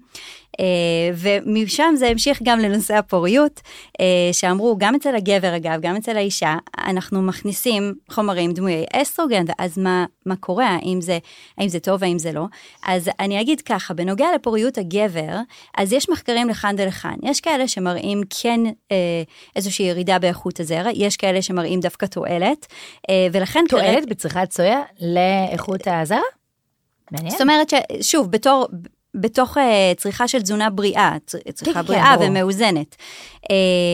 ומשם זה המשיך גם לנושא הפוריות, שאמרו גם אצל הגבר אגב, גם אצל האישה, אנחנו מכניסים חומרים דמויי אסטרוגן, ואז מה, מה קורה, האם זה, האם זה טוב, האם זה לא. אז אני אגיד ככה, בנוגע לפוריות הגבר, אז יש מחקרים לכאן ולכאן. יש כאלה שמראים כן איזושהי ירידה באיכות הזרע, יש כאלה שמראים דווקא תועלת, ולכן... תועלת כרגע... בצריכת סויה לאיכות הזרע? מעניין. זאת אומרת ששוב, בתור... בתוך uh, צריכה של תזונה בריאה, צריכה כן, בריאה כן, ומאוזנת. Uh,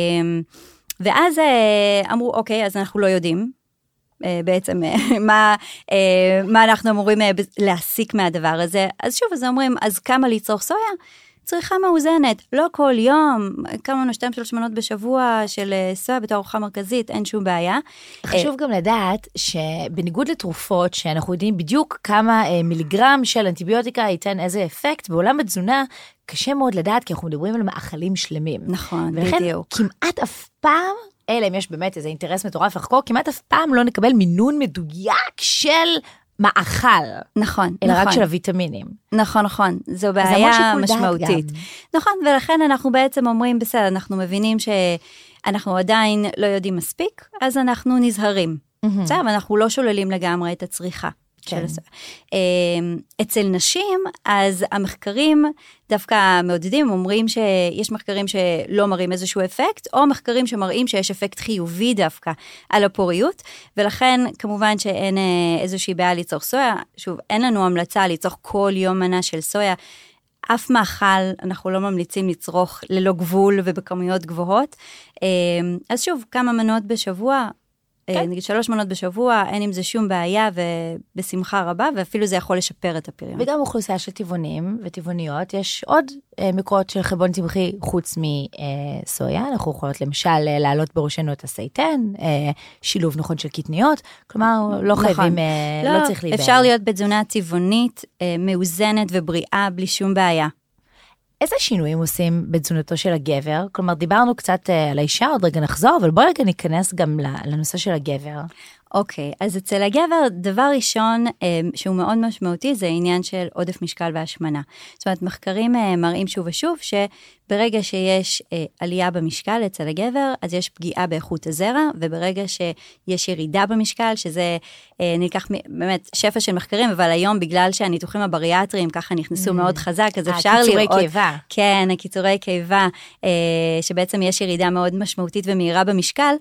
ואז uh, אמרו, אוקיי, אז אנחנו לא יודעים, uh, בעצם uh, מה, uh, מה אנחנו אמורים uh, להסיק מהדבר הזה. אז שוב, אז אומרים, אז כמה לצרוך סויה? צריכה מאוזנת, לא כל יום, כמה לנו שתיים שלוש מנות בשבוע של סויה בתור ארוחה מרכזית, אין שום בעיה. חשוב גם לדעת שבניגוד לתרופות, שאנחנו יודעים בדיוק כמה מיליגרם של אנטיביוטיקה ייתן איזה אפקט, בעולם התזונה קשה מאוד לדעת, כי אנחנו מדברים על מאכלים שלמים. נכון, ולכן בדיוק. כמעט אף פעם, אלא אם יש באמת איזה אינטרס מטורף לחקור, כמעט אף פעם לא נקבל מינון מדויק של מאכל. נכון, אלא נכון. רק של הוויטמינים. נכון, נכון. זו בעיה משמעותית. נכון, ולכן אנחנו בעצם אומרים, בסדר, אנחנו מבינים שאנחנו עדיין לא יודעים מספיק, אז אנחנו נזהרים. בסדר, ואנחנו לא שוללים לגמרי את הצריכה. כן. אצל נשים, אז המחקרים דווקא מעודדים, אומרים שיש מחקרים שלא מראים איזשהו אפקט, או מחקרים שמראים שיש אפקט חיובי דווקא על הפוריות, ולכן כמובן שאין איזושהי בעיה ליצור סויה, שוב, אין לנו המלצה ליצור כל יום מנה של סויה, אף מאכל אנחנו לא ממליצים לצרוך ללא גבול ובכמויות גבוהות, אז שוב, כמה מנות בשבוע, נגיד שלוש מנות בשבוע, אין עם זה שום בעיה ובשמחה רבה, ואפילו זה יכול לשפר את הפריון. וגם אוכלוסייה של טבעונים וטבעוניות, יש עוד מקורות של חלבון צמחי חוץ מסויה, אנחנו יכולות למשל לעלות בראשנו את הסייטן, שילוב נכון של קטניות, כלומר לא חייבים, לא צריך להיבאר. אפשר להיות בתזונה טבעונית, מאוזנת ובריאה בלי שום בעיה. איזה שינויים עושים בתזונתו של הגבר? כלומר, דיברנו קצת על האישה, עוד רגע נחזור, אבל בואי רגע ניכנס גם לנושא של הגבר. אוקיי, אז אצל הגבר, דבר ראשון שהוא מאוד משמעותי, זה העניין של עודף משקל והשמנה. זאת אומרת, מחקרים מראים שוב ושוב, שברגע שיש עלייה במשקל אצל הגבר, אז יש פגיעה באיכות הזרע, וברגע שיש ירידה במשקל, שזה נלקח באמת שפע של מחקרים, אבל היום בגלל שהניתוחים הבריאטריים ככה נכנסו מאוד חזק, אז אפשר לראות... הקיצורי קיבה. כן, הקיצורי קיבה, שבעצם יש ירידה מאוד משמעותית ומהירה במשקל,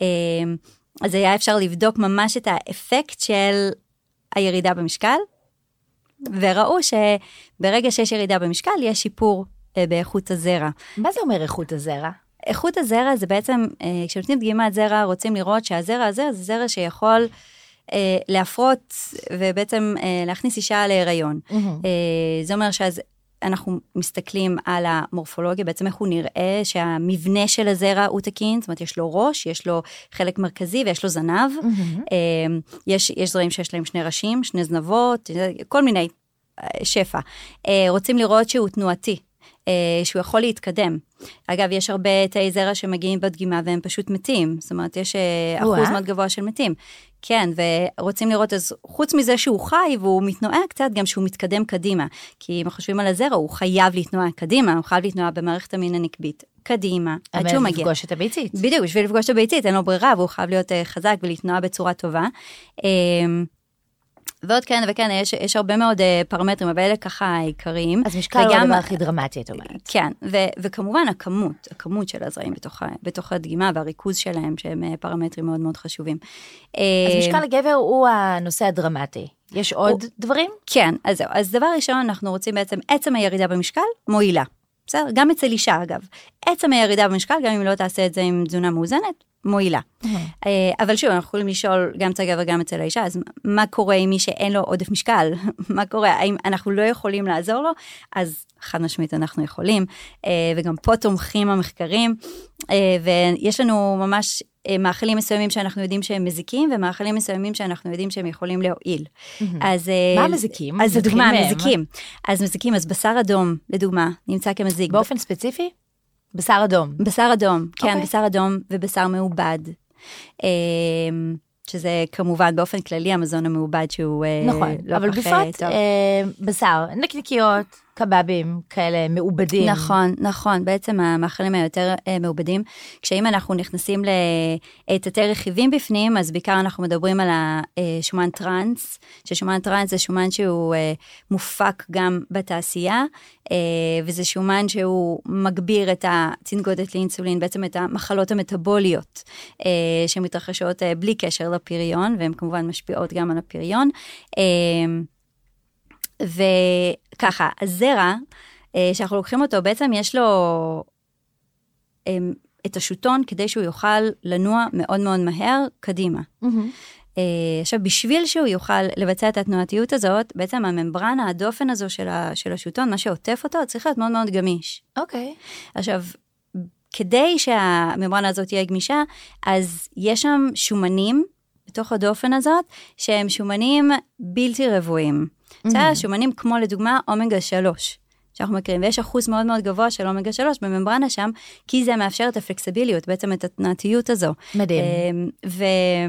אז היה אפשר לבדוק ממש את האפקט של הירידה במשקל, וראו שברגע שיש ירידה במשקל, יש שיפור באיכות הזרע. מה זה אומר איכות הזרע? איכות הזרע זה בעצם, כשנותנים דגימת זרע, רוצים לראות שהזרע הזה זה זרע שיכול אה, להפרות ובעצם אה, להכניס אישה להיריון. Mm-hmm. אה, זה אומר שאז אנחנו מסתכלים על המורפולוגיה, בעצם איך הוא נראה שהמבנה של הזרע הוא תקין, זאת אומרת, יש לו ראש, יש לו חלק מרכזי ויש לו זנב, mm-hmm. יש, יש זרעים שיש להם שני ראשים, שני זנבות, כל מיני שפע. רוצים לראות שהוא תנועתי, שהוא יכול להתקדם. אגב, יש הרבה תאי זרע שמגיעים בדגימה והם פשוט מתים, זאת אומרת, יש אחוז מאוד גבוה של מתים. כן, ורוצים לראות, אז חוץ מזה שהוא חי והוא מתנועה קצת, גם שהוא מתקדם קדימה. כי אם חושבים על הזרע, הוא חייב להתנועה קדימה, הוא חייב להתנועה במערכת המין הנקבית. קדימה, עד שהוא מגיע. לפגוש את הביצית. בדיוק, בשביל לפגוש את הביצית, אין לו ברירה, והוא חייב להיות חזק ולהתנועה בצורה טובה. ועוד כן וכן, יש, יש הרבה מאוד uh, פרמטרים, אבל אלה ככה עיקריים. אז משקל הוא הדבר הכי דרמטי, את אומרת. כן, ו, וכמובן הכמות, הכמות של הזרעים בתוך, בתוך הדגימה, והריכוז שלהם, שהם uh, פרמטרים מאוד מאוד חשובים. אז משקל הגבר הוא הנושא הדרמטי. יש עוד הוא, דברים? כן, אז זהו. אז דבר ראשון, אנחנו רוצים בעצם, עצם הירידה במשקל, מועילה. בסדר? גם אצל אישה, אגב. עצם הירידה במשקל, גם אם לא תעשה את זה עם תזונה מאוזנת, מועילה. Mm-hmm. אבל שוב, אנחנו יכולים לשאול גם אצל הגבר וגם אצל האישה, אז מה קורה עם מי שאין לו עודף משקל? מה קורה? האם אנחנו לא יכולים לעזור לו? אז חד משמעית אנחנו יכולים, וגם פה תומכים המחקרים, ויש לנו ממש מאכלים מסוימים שאנחנו יודעים שהם מזיקים, ומאכלים מסוימים שאנחנו יודעים שהם יכולים להועיל. Mm-hmm. אז מה מזיקים? אז לדוגמה, מזיקים. אז מזיקים, אז בשר אדום, לדוגמה, נמצא כמזיק. באופן ספציפי? בשר אדום. בשר אדום, כן, okay. בשר אדום ובשר מעובד. שזה כמובן באופן כללי המזון המעובד שהוא נכון, לא אבל בפרט אה, בשר, נקניקיות, קבבים כאלה מעובדים. נכון, נכון, בעצם המאכלים היותר אה, מעובדים, כשאם אנחנו נכנסים לתתי רכיבים בפנים, אז בעיקר אנחנו מדברים על השומן טרנס, ששומן טרנס זה שומן שהוא אה, מופק גם בתעשייה, אה, וזה שומן שהוא מגביר את התנגודת לאינסולין, בעצם את המחלות המטאבוליות, אה, שמתרחשות אה, בלי קשר לפריון, והן כמובן משפיעות גם על הפריון, אה, וככה, הזרע, שאנחנו לוקחים אותו, בעצם יש לו את השוטון, כדי שהוא יוכל לנוע מאוד מאוד מהר קדימה. Mm-hmm. עכשיו, בשביל שהוא יוכל לבצע את התנועתיות הזאת, בעצם הממברנה, הדופן הזו של, ה, של השוטון, מה שעוטף אותו, צריך להיות מאוד מאוד גמיש. אוקיי. Okay. עכשיו, כדי שהממברנה הזאת תהיה גמישה, אז יש שם שומנים, בתוך הדופן הזאת, שהם שומנים בלתי רבועים. זה mm-hmm. שומנים כמו לדוגמה אומגה שלוש, שאנחנו מכירים, ויש אחוז מאוד מאוד גבוה של אומגה שלוש בממברנה שם, כי זה מאפשר את הפלקסיביליות, בעצם את התנועתיות הזו. מדהים. ו...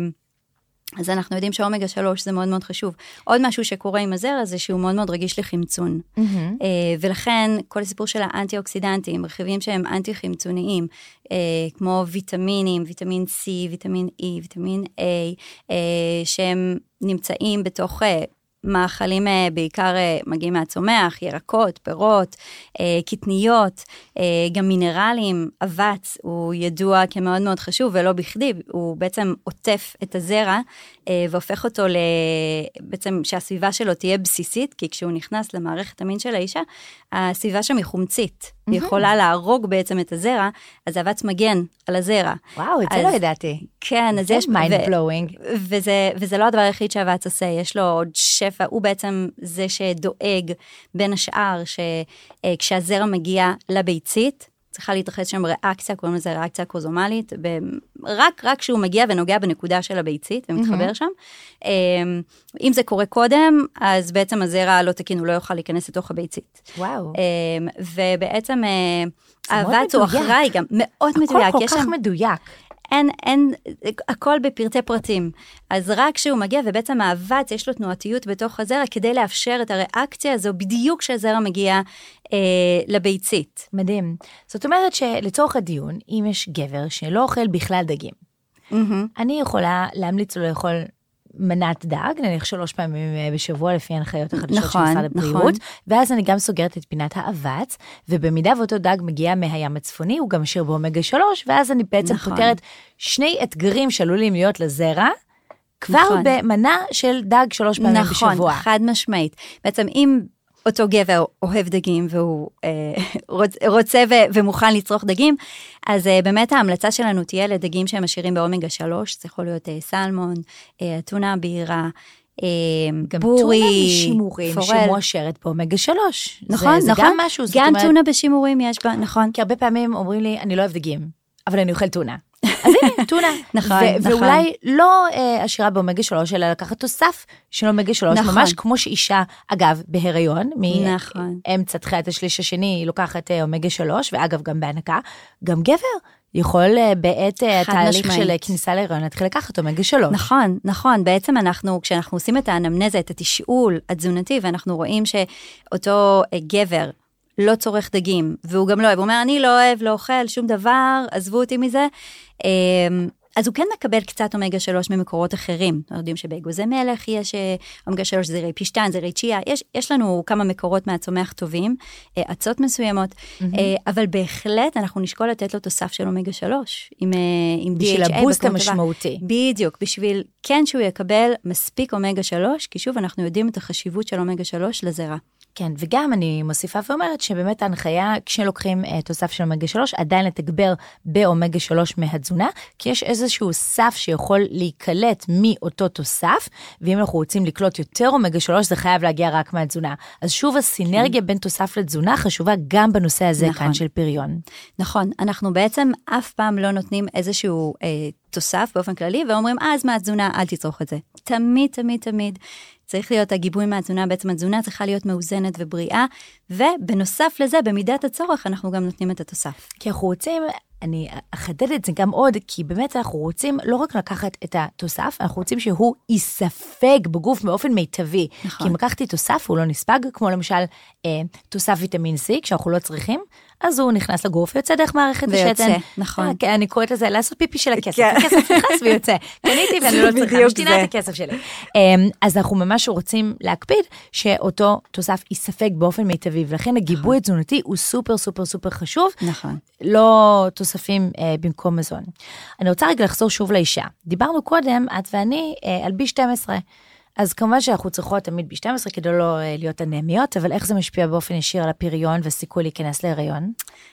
אז אנחנו יודעים שאומגה שלוש זה מאוד מאוד חשוב. עוד משהו שקורה עם הזרע זה שהוא מאוד מאוד רגיש לחמצון. Mm-hmm. ולכן כל הסיפור של האנטי-אוקסידנטים, רכיבים שהם אנטי-חמצוניים, כמו ויטמינים, ויטמין C, ויטמין E, ויטמין A, שהם נמצאים בתוך מאכלים בעיקר מגיעים מהצומח, ירקות, פירות, קטניות, גם מינרלים, אבץ, הוא ידוע כמאוד מאוד חשוב ולא בכדי, הוא בעצם עוטף את הזרע והופך אותו בעצם שהסביבה שלו תהיה בסיסית, כי כשהוא נכנס למערכת המין של האישה, הסביבה שם היא חומצית, היא יכולה להרוג בעצם את הזרע, אז האבץ מגן על הזרע. וואו, את זה לא ידעתי. כן, אז יש... mind blowing. וזה לא הדבר היחיד שהאבץ עושה, יש לו עוד שפע, הוא בעצם זה שדואג בין השאר, שכשהזרע מגיע לביצית, צריכה להתרחש שם ריאקציה, קוראים לזה ריאקציה קוזומלית, רק, רק כשהוא מגיע ונוגע בנקודה של הביצית, ומתחבר שם. אם זה קורה קודם, אז בעצם הזרע לא תקין, הוא לא יוכל להיכנס לתוך הביצית. וואו. ובעצם האבץ הוא אחראי גם, מאוד מדויק. הכל כל כך מדויק. אין, אין, הכל בפרטי פרטים. אז רק כשהוא מגיע, ובעצם האבץ, יש לו תנועתיות בתוך הזרע, כדי לאפשר את הריאקציה הזו, בדיוק כשהזרע מגיע אה, לביצית. מדהים. זאת אומרת שלצורך הדיון, אם יש גבר שלא אוכל בכלל דגים, mm-hmm. אני יכולה להמליץ לו לאכול מנת דג, נניח שלוש פעמים בשבוע, לפי הנחיות החדשות נכון, של משרד הבריאות, נכון. ואז אני גם סוגרת את פינת האבץ, ובמידה ואותו דג מגיע מהים הצפוני, הוא גם משאיר באומגה שלוש, ואז אני בעצם נכון. פותרת שני אתגרים שעלולים להיות לזרע, כבר נכון. במנה של דג שלוש פעמים נכון, בשבוע. נכון, חד משמעית. בעצם אם אותו גבר אוהב דגים, והוא רוצה ומוכן לצרוך דגים, אז באמת ההמלצה שלנו תהיה לדגים שהם עשירים באומגה שלוש, זה יכול להיות סלמון, טונה בהירה, גם בורי, טונה בשימורים שמואשרת באומגה שלוש. נכון, זה, נכון. זה גם משהו. גם אומרת, טונה בשימורים יש בה, נכון. כי הרבה פעמים אומרים לי, אני לא אוהב דגים, אבל אני אוכל טונה. אז הנה, טונה. נכון, ו- נכון. ואולי לא אה, עשירה באומגה שלוש, אלא לקחת תוסף של אומגה שלוש, נכון. ממש כמו שאישה, אגב, בהיריון, נכון. מאמצע תחילת השליש השני, היא לוקחת אה, אומגה שלוש, ואגב, גם בהנקה, גם גבר. יכול בעת התהליך של כניסה להיריון להתחיל לקחת אומגה שלוש. נכון, נכון. בעצם אנחנו, כשאנחנו עושים את האנמנזה, את התשאול התזונתי, ואנחנו רואים שאותו גבר לא צורך דגים, והוא גם לא אוהב, הוא אומר, אני לא אוהב, לא אוכל שום דבר, עזבו אותי מזה, אז הוא כן מקבל קצת אומגה שלוש ממקורות אחרים. אנחנו יודעים שבאגוזי מלך יש אומגה שלוש, זרעי פשטן, זרעי צ'יה, יש, יש לנו כמה מקורות מהצומח טובים, עצות מסוימות, mm-hmm. אבל בהחלט אנחנו נשקול לתת לו תוסף של אומגה שלוש, עם, עם די אייץ' איי. בשביל הבוסט המשמעותי. בדיוק, בשביל כן שהוא יקבל מספיק אומגה שלוש, כי שוב אנחנו יודעים את החשיבות של אומגה שלוש לזרע. כן, וגם אני מוסיפה ואומרת שבאמת ההנחיה, כשלוקחים uh, תוסף של אומגה שלוש, עדיין לתגבר באומגה שלוש מהתזונה, כי יש איזשהו סף שיכול להיקלט מאותו תוסף, ואם אנחנו רוצים לקלוט יותר אומגה שלוש, זה חייב להגיע רק מהתזונה. אז שוב, הסינרגיה בין תוסף לתזונה חשובה גם בנושא הזה נכון. כאן של פריון. נכון, אנחנו בעצם אף פעם לא נותנים איזשהו אה, תוסף באופן כללי, ואומרים, אז מהתזונה, אל תצרוך את זה. תמיד, תמיד, תמיד. צריך להיות הגיבוי מהתזונה, בעצם התזונה צריכה להיות מאוזנת ובריאה, ובנוסף לזה, במידת הצורך, אנחנו גם נותנים את התוסף. כי אנחנו רוצים, אני אחדד את זה גם עוד, כי באמת אנחנו רוצים לא רק לקחת את התוסף, אנחנו רוצים שהוא יספג בגוף באופן מיטבי. נכון. כי אם לקחתי תוסף, הוא לא נספג, כמו למשל אה, תוסף ויטמין C, כשאנחנו לא צריכים, אז הוא נכנס לגוף, ויוצא דרך מערכת השתן. ויוצא, נכון. אה, אני קוראת לזה, לעשות פיפי של הכסף. הכסף נכנס ויוצא. קניתי ואני לא צריכה, משתינה את הכסף שלי. אה, אז אנחנו ממש רוצים להקפיד, שאותו תוסף יספג באופן מיטבי, ולכן הגיבוי התזונתי הוא סופר סופר סופר חשוב. נכון. לא תוספים אה, במקום מזון. אני רוצה רגע לחזור שוב לאישה. דיברנו קודם, את ואני, אה, על בי שתים עשרה. אז כמובן שאנחנו צריכות תמיד בי שתים עשרה כדי לא אה, להיות אנמיות, אבל איך זה משפיע באופן ישיר על הפריון וסיכוי להיכנס להיריון?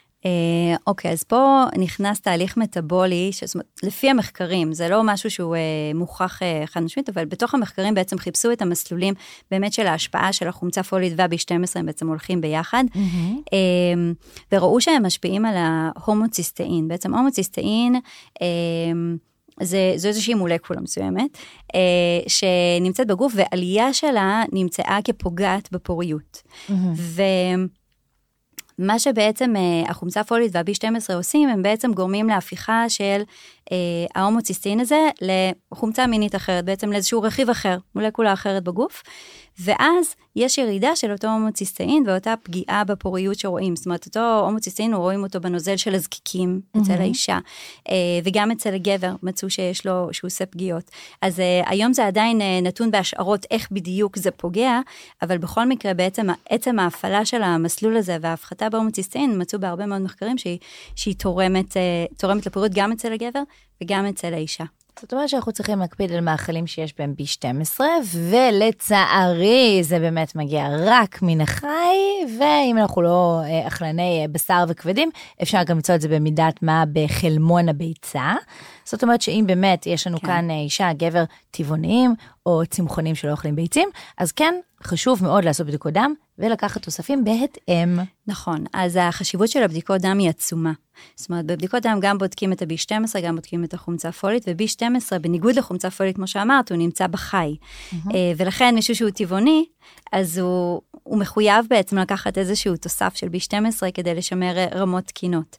אה, אוקיי, אז פה נכנס תהליך מטאבולי, זאת אומרת, לפי המחקרים, זה לא משהו שהוא אה, מוכח אה, חד משמעית, אבל בתוך המחקרים בעצם חיפשו את המסלולים באמת של ההשפעה של החומצה פולית וה-בי שתים עשרה, הם בעצם הולכים ביחד, mm-hmm. אה, וראו שהם משפיעים על ההומוציסטאין, בעצם הומוציסטאין, אה, זה, זו איזושהי מולקולה מסוימת, אה, שנמצאת בגוף, ועלייה שלה נמצאה כפוגעת בפוריות. Mm-hmm. ו... מה שבעצם אה, החומצה פולית וה-בי שתים עשרה עושים, הם בעצם גורמים להפיכה של אה, ההומוציסטין הזה לחומצה מינית אחרת, בעצם לאיזשהו רכיב אחר, מולקולה אחרת בגוף, ואז יש ירידה של אותו הומוציסטין ואותה פגיעה בפוריות שרואים, זאת אומרת, אותו הומוציסטין, רואים אותו בנוזל של הזקיקים אצל mm-hmm. האישה, אה, וגם אצל הגבר מצאו שיש לו, שהוא עושה פגיעות. אז אה, היום זה עדיין אה, נתון בהשערות איך בדיוק זה פוגע, אבל בכל מקרה בעצם עצם ההפעלה של המסלול הזה וההפחתה בהומוציסטין, מצאו בהרבה מאוד מחקרים שהיא, שהיא תורמת, אה, תורמת לפוריות גם אצל הגבר וגם אצל האישה. זאת אומרת שאנחנו צריכים להקפיד על מאכלים שיש בהם בי שתים עשרה, ולצערי זה באמת מגיע רק מן החי, ואם אנחנו לא אכלני בשר וכבדים, אפשר גם למצוא את זה במידת מה בחלמון הביצה. זאת אומרת שאם באמת יש לנו כן. כאן אישה, גבר טבעוניים, או צמחונים שלא אוכלים ביצים, אז כן, חשוב מאוד לעשות בדיקות דם, ולקחת תוספים בהתאם. נכון, אז החשיבות של הבדיקות דם היא עצומה. זאת אומרת, בבדיקות דם גם בודקים את ה-בי שתים עשרה, גם בודקים את החומצה הפולית, ו-בי שתים עשרה, בניגוד לחומצה פולית, כמו שאמרת, הוא נמצא בחי. Mm-hmm. ולכן מישהו שהוא טבעוני, אז הוא, הוא מחויב בעצם לקחת איזשהו תוסף של בי שתים עשרה, כדי לשמר רמות תקינות.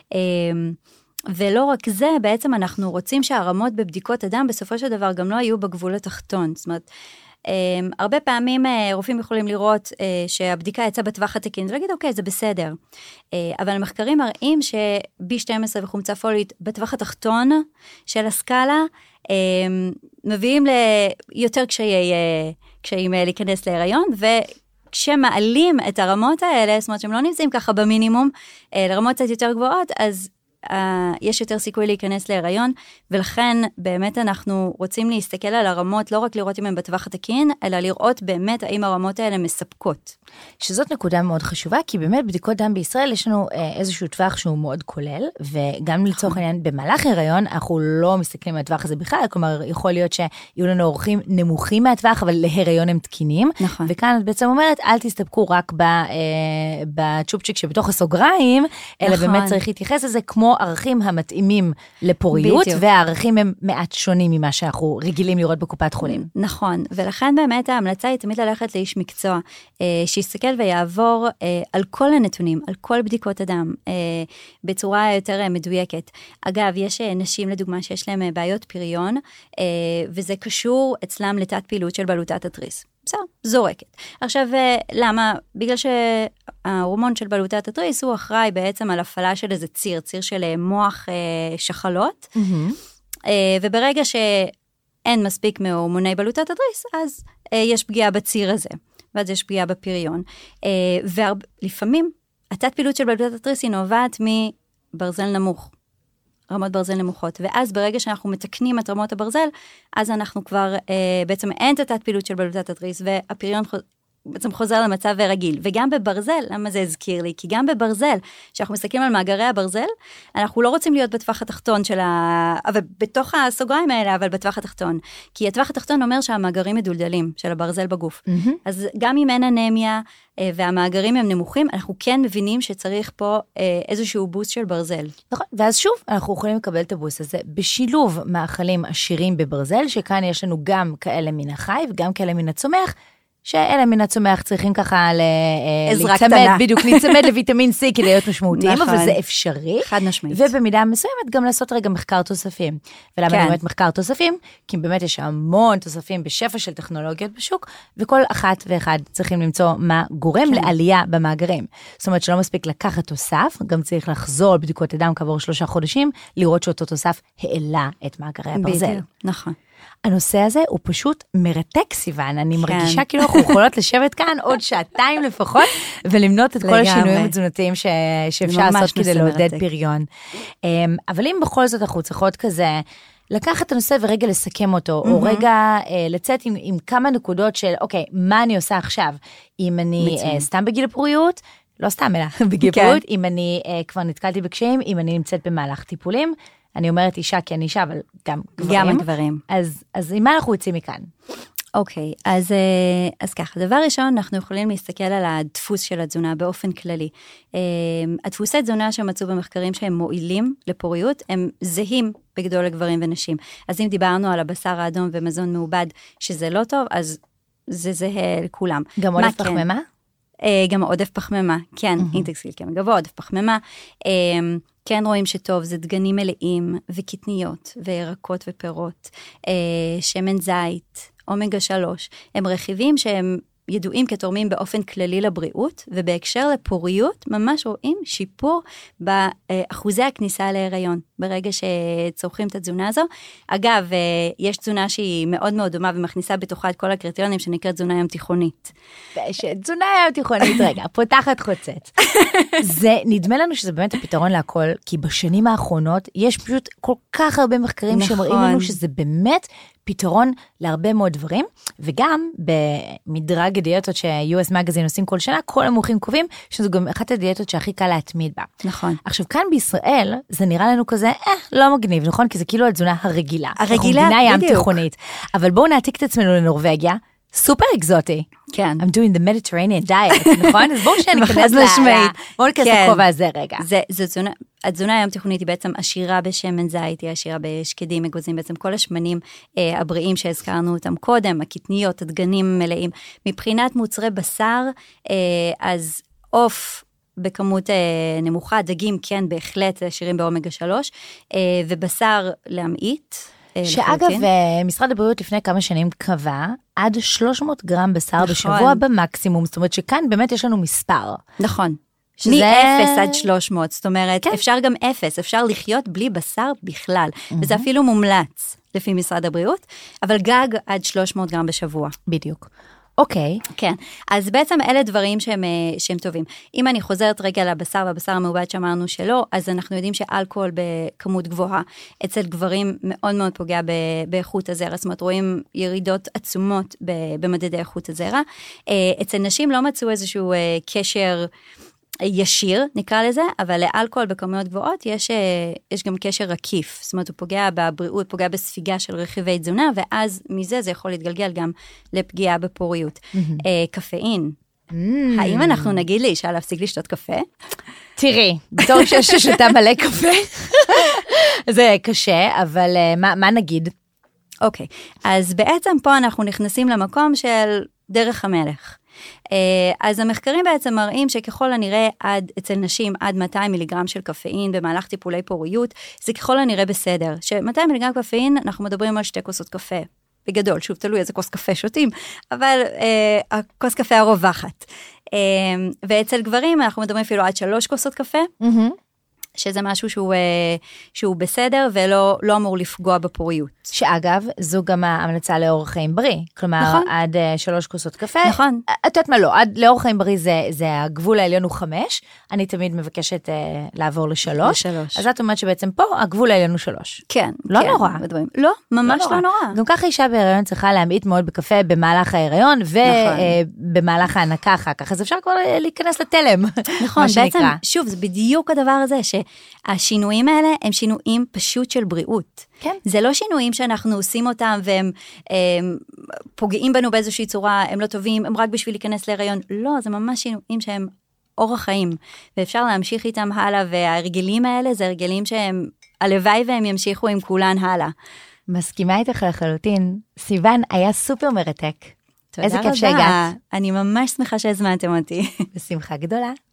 ולא רק זה, בעצם אנחנו רוצים שהרמות בבדיקות הדם, בסופו של דבר גם לא היו בגבול התחתון. זאת אומרת, Um, הרבה פעמים uh, רופאים יכולים לראות uh, שהבדיקה יצאה בטווח התקין, ולהגיד, אוקיי, זה בסדר. Uh, אבל המחקרים מראים ש-בי שתים עשרה וחומצה פולית בטווח התחתון של הסקאלה, um, מביאים ליותר קשיי, uh, קשיים uh, להיכנס להיריון, וכשמעלים את הרמות האלה, זאת אומרת שהם לא נמצאים ככה במינימום, uh, לרמות קצת יותר גבוהות, אז יש יותר סיכוי להיכנס להיריון, ולכן באמת אנחנו רוצים להסתכל על הרמות, לא רק לראות אם הן בטווח התקין, אלא לראות באמת האם הרמות האלה מספקות. שזאת נקודה מאוד חשובה, כי באמת בדיקות דם בישראל יש לנו איזשהו טווח שהוא מאוד כולל, וגם לצורך העניין במהלך הריון, אנחנו לא מסתכלים על הטווח הזה בכלל, כלומר יכול להיות שיהיו לנו אורחים נמוכים מהטווח, אבל להיריון הם תקינים, נכון. וכאן את בעצם אומרת, אל תסתפקו רק בצ'ופצ'יק שבתוך הסוגריים, אלא נכון. באמת צריך להתייחס לזה כמו ערכים המתאימים לפוריות, בדיוק. והערכים הם מעט שונים ממה שאנחנו רגילים לראות בקופת חולים. נכון, ולכן באמת ההמלצה היא תמיד ללכת לאיש מקצוע, שיסתכל ויעבור על כל הנתונים, על כל בדיקות הדם, בצורה יותר מדויקת. אגב, יש נשים לדוגמה שיש להם בעיות פריון, וזה קשור אצלם לתת פעילות של בלוטת התריס. בסדר, זורקת. עכשיו, למה? בגלל שההורמון של בלוטת התריס הוא אחראי בעצם על הפעלה של איזה ציר, ציר של מוח שחלות, mm-hmm. וברגע שאין מספיק מהורמוני בלוטת התריס, אז יש פגיעה בציר הזה, ואז יש פגיעה בפריון. ולפעמים, התת פעילות של בלוטת התריס היא נובעת מברזל נמוך. רמות ברזל נמוכות, ואז ברגע שאנחנו מתקנים את רמות הברזל, אז אנחנו כבר, אה, בעצם אין את התת פעילות של בלוטת התריס, והפריון חוז, בעצם חוזר למצב רגיל, וגם בברזל, למה זה הזכיר לי? כי גם בברזל, כשאנחנו מסתכלים על מאגרי הברזל, אנחנו לא רוצים להיות בטווח התחתון של ה... אבל בתוך הסוגריים האלה, אבל בטווח התחתון, כי הטווח התחתון אומר שהמאגרים מדולדלים, של הברזל בגוף. Mm-hmm. אז גם אם אין אנמיה, והמאגרים הם נמוכים, אנחנו כן מבינים שצריך פה איזשהו בוסט של ברזל. נכון, ואז שוב, אנחנו יכולים לקבל את הבוסט הזה, בשילוב מאכלים עשירים בברזל, שכאן יש לנו גם כאלה מן החי, וגם כאלה מן הצומח, שאלה מן הצומח צריכים ככה להצמד, בדיוק, להצמד לויטמין C כדי להיות משמעותיים, אבל זה אפשרי. חד משמעית. ובמידה מסוימת גם לעשות רגע מחקר תוספים. ולמה אני אומרת מחקר תוספים? כי באמת יש המון תוספים בשפע של טכנולוגיות בשוק, וכל אחת ואחד צריכים למצוא מה גורם לעלייה במאגרים. זאת אומרת שלא מספיק לקחת תוסף, גם צריך לחזור על בדיקות הדם כעבור שלושה חודשים, לראות שאותו תוסף העלה את מאגרי הברזל. נכון. הנושא הזה הוא פשוט מרתק, סיוון. אני מרגישה כאילו אנחנו יכולות לשבת כאן עוד שעתיים לפחות, ולמנות את כל השינויים התזונתיים שאפשר לעשות כדי לעודד פריון. אבל אם בכל זאת אנחנו צריכות כזה, לקחת את הנושא ורגע לסכם אותו, או רגע לצאת עם כמה נקודות של, אוקיי, מה אני עושה עכשיו? אם אני סתם בגיל הפוריות, לא סתם, אלא בגיל הפוריות, אם אני כבר נתקלתי בקשיים, אם אני נמצאת במהלך טיפולים, אני אומרת אישה כי אני אישה, אבל גם גברים. גם הגברים. אז, אז עם מה אנחנו יוצאים מכאן? אוקיי, אז, אז ככה, דבר ראשון, אנחנו יכולים להסתכל על הדפוס של התזונה באופן כללי. הדפוסי תזונה שמצאו במחקרים שהם מועילים לפוריות, הם זהים בגדול לגברים ונשים. אז אם דיברנו על הבשר האדום ומזון מעובד, שזה לא טוב, אז זה זהה לכולם. גם עודף פחמימה? גם עודף פחמימה, כן, אינטקס גליקמי גבוה, עודף פחמימה. כן רואים שטוב, זה דגנים מלאים וקטניות וירקות ופירות, שמן זית, אומגה שלוש, הם רכיבים שהם ידועים כתורמים באופן כללי לבריאות, ובהקשר לפוריות ממש רואים שיפור באחוזי הכניסה להיריון, ברגע שצורכים את התזונה הזו. אגב, יש תזונה שהיא מאוד מאוד דומה, ומכניסה בתוכה את כל הקריטריונים, שנקראת תזונה ים תיכונית. תזונה ים תיכונית, רגע, פותחת חוצץ. זה, נדמה לנו שזה באמת הפתרון להכל, כי בשנים האחרונות יש פשוט כל כך הרבה מחקרים שמראים לנו שזה באמת פתרון להרבה מאוד דברים, וגם במדרג הדיאטות ש-יו אס Magazine עושים כל שנה, כל המומחים קובעים שזו גם אחת הדיאטות שהכי קל להתמיד בה. נכון. עכשיו, כאן בישראל, זה נראה לנו כזה, אה, לא מגניב, נכון? כי זה כאילו התזונה הרגילה. הרגילה, בדיוק. ים תיכונית. אבל בואו נעתיק את עצמנו לנורווגיה, סופר אקזוטי. כן. I'm doing the Mediterranean diet, נכון? אז בואו שניכנס לשמעית. בואו ניכנס לכובע הזה רגע. זה, זה תזונה, התזונה הים תיכונית היא בעצם עשירה בשמן זית, היא עשירה בשקדים, אגוזים, בעצם כל השמנים אה, הבריאים שהזכרנו אותם קודם, הקטניות, הדגנים מלאים. מבחינת מוצרי בשר, אה, אז עוף בכמות אה, נמוכה, דגים כן בהחלט עשירים באומגה שלוש, אה, ובשר להמעיט. שאגב, משרד הבריאות לפני כמה שנים קבע עד שלוש מאות גרם בשר נכון. בשבוע במקסימום, זאת אומרת שכאן באמת יש לנו מספר. נכון. שזה... מ-אפס עד שלוש מאות, זאת אומרת, כן. אפשר גם אפס, אפשר לחיות בלי בשר בכלל, mm-hmm. וזה אפילו מומלץ לפי משרד הבריאות, אבל גג עד שלוש מאות גרם בשבוע. בדיוק. אוקיי. כן, אז בעצם אלה דברים שהם, שהם טובים. אם אני חוזרת רגע לבשר, והבשר המעובד שאמרנו שלא, אז אנחנו יודעים שאלכוהול בכמות גבוהה, אצל גברים מאוד מאוד פוגע באיכות הזרע, זאת אומרת, רואים ירידות עצומות במדדי איכות הזרע. אצל נשים לא מצאו איזשהו קשר ישיר, נקרא לזה, אבל לאלכוהול בכמויות גבוהות יש, יש גם קשר עקיף, זאת אומרת, הוא פוגע בבריאות, פוגע בספיגה של רכיבי תזונה, ואז מזה זה יכול להתגלגל גם לפגיעה בפוריות. Mm-hmm. קפאין. Mm-hmm. האם אנחנו נגיד לאישה להפסיק לשתות קפה? תראי, בתור אישה ששותה מלא קפה, זה קשה, אבל מה, מה נגיד? אוקיי, אז בעצם פה אנחנו נכנסים למקום של דרך המלך. אז המחקרים בעצם מראים שככל הנראה עד, אצל נשים עד מאתיים מיליגרם של קפאין במהלך טיפולי פוריות, זה ככל הנראה בסדר. ש-מאתיים מיליגרם קפאין, אנחנו מדברים על שתי כוסות קפה. בגדול, שוב, תלוי איזה כוס קפה שותים, אבל אה, הכוס קפה הרווחת. אה, ואצל גברים אנחנו מדברים אפילו עד שלוש כוסות קפה, mm-hmm. שזה משהו שהוא, שהוא בסדר, ולא לא אמור לפגוע בפוריות. שאגב, זו גם ההמלצה לאורח חיים בריא. כלומר, נכון. עד שלוש כוסות קפה. נכון. את יודעת מה לא, עד לאורח חיים בריא זה, זה הגבול העליון הוא חמש, אני תמיד מבקשת uh, לעבור לשלוש. לשלוש. אז את אומרת שבעצם פה הגבול העליון הוא שלוש. כן. לא כן, נורא. בדברים. לא, ממש לא נורא. לא נורא. גם ככה אישה בהיריון צריכה להמעיט מאוד בקפה במהלך ההיריון, ובמהלך נכון. uh, ההנקה אחר כך. אז אפשר כבר להיכנס לתלם. נכון, בעצם, שוב, זה בדיוק הדבר הזה, שהשינויים האלה הם שינויים פשוט של בריאות. כן. זה לא שינויים שאנחנו עושים אותם, והם הם, פוגעים בנו באיזושהי צורה, הם לא טובים, הם רק בשביל להיכנס להיריון. לא, זה ממש שינויים שהם אורח חיים, ואפשר להמשיך איתם הלאה, וההרגלים האלה זה הרגלים שהם, הלוואי והם ימשיכו עם כולן הלאה. מסכימה איתך לחלוטין. סיוון, היה סופר מרתק. איזה כיף שהגעת. אני ממש שמחה שהזמנתם אותי. בשמחה גדולה.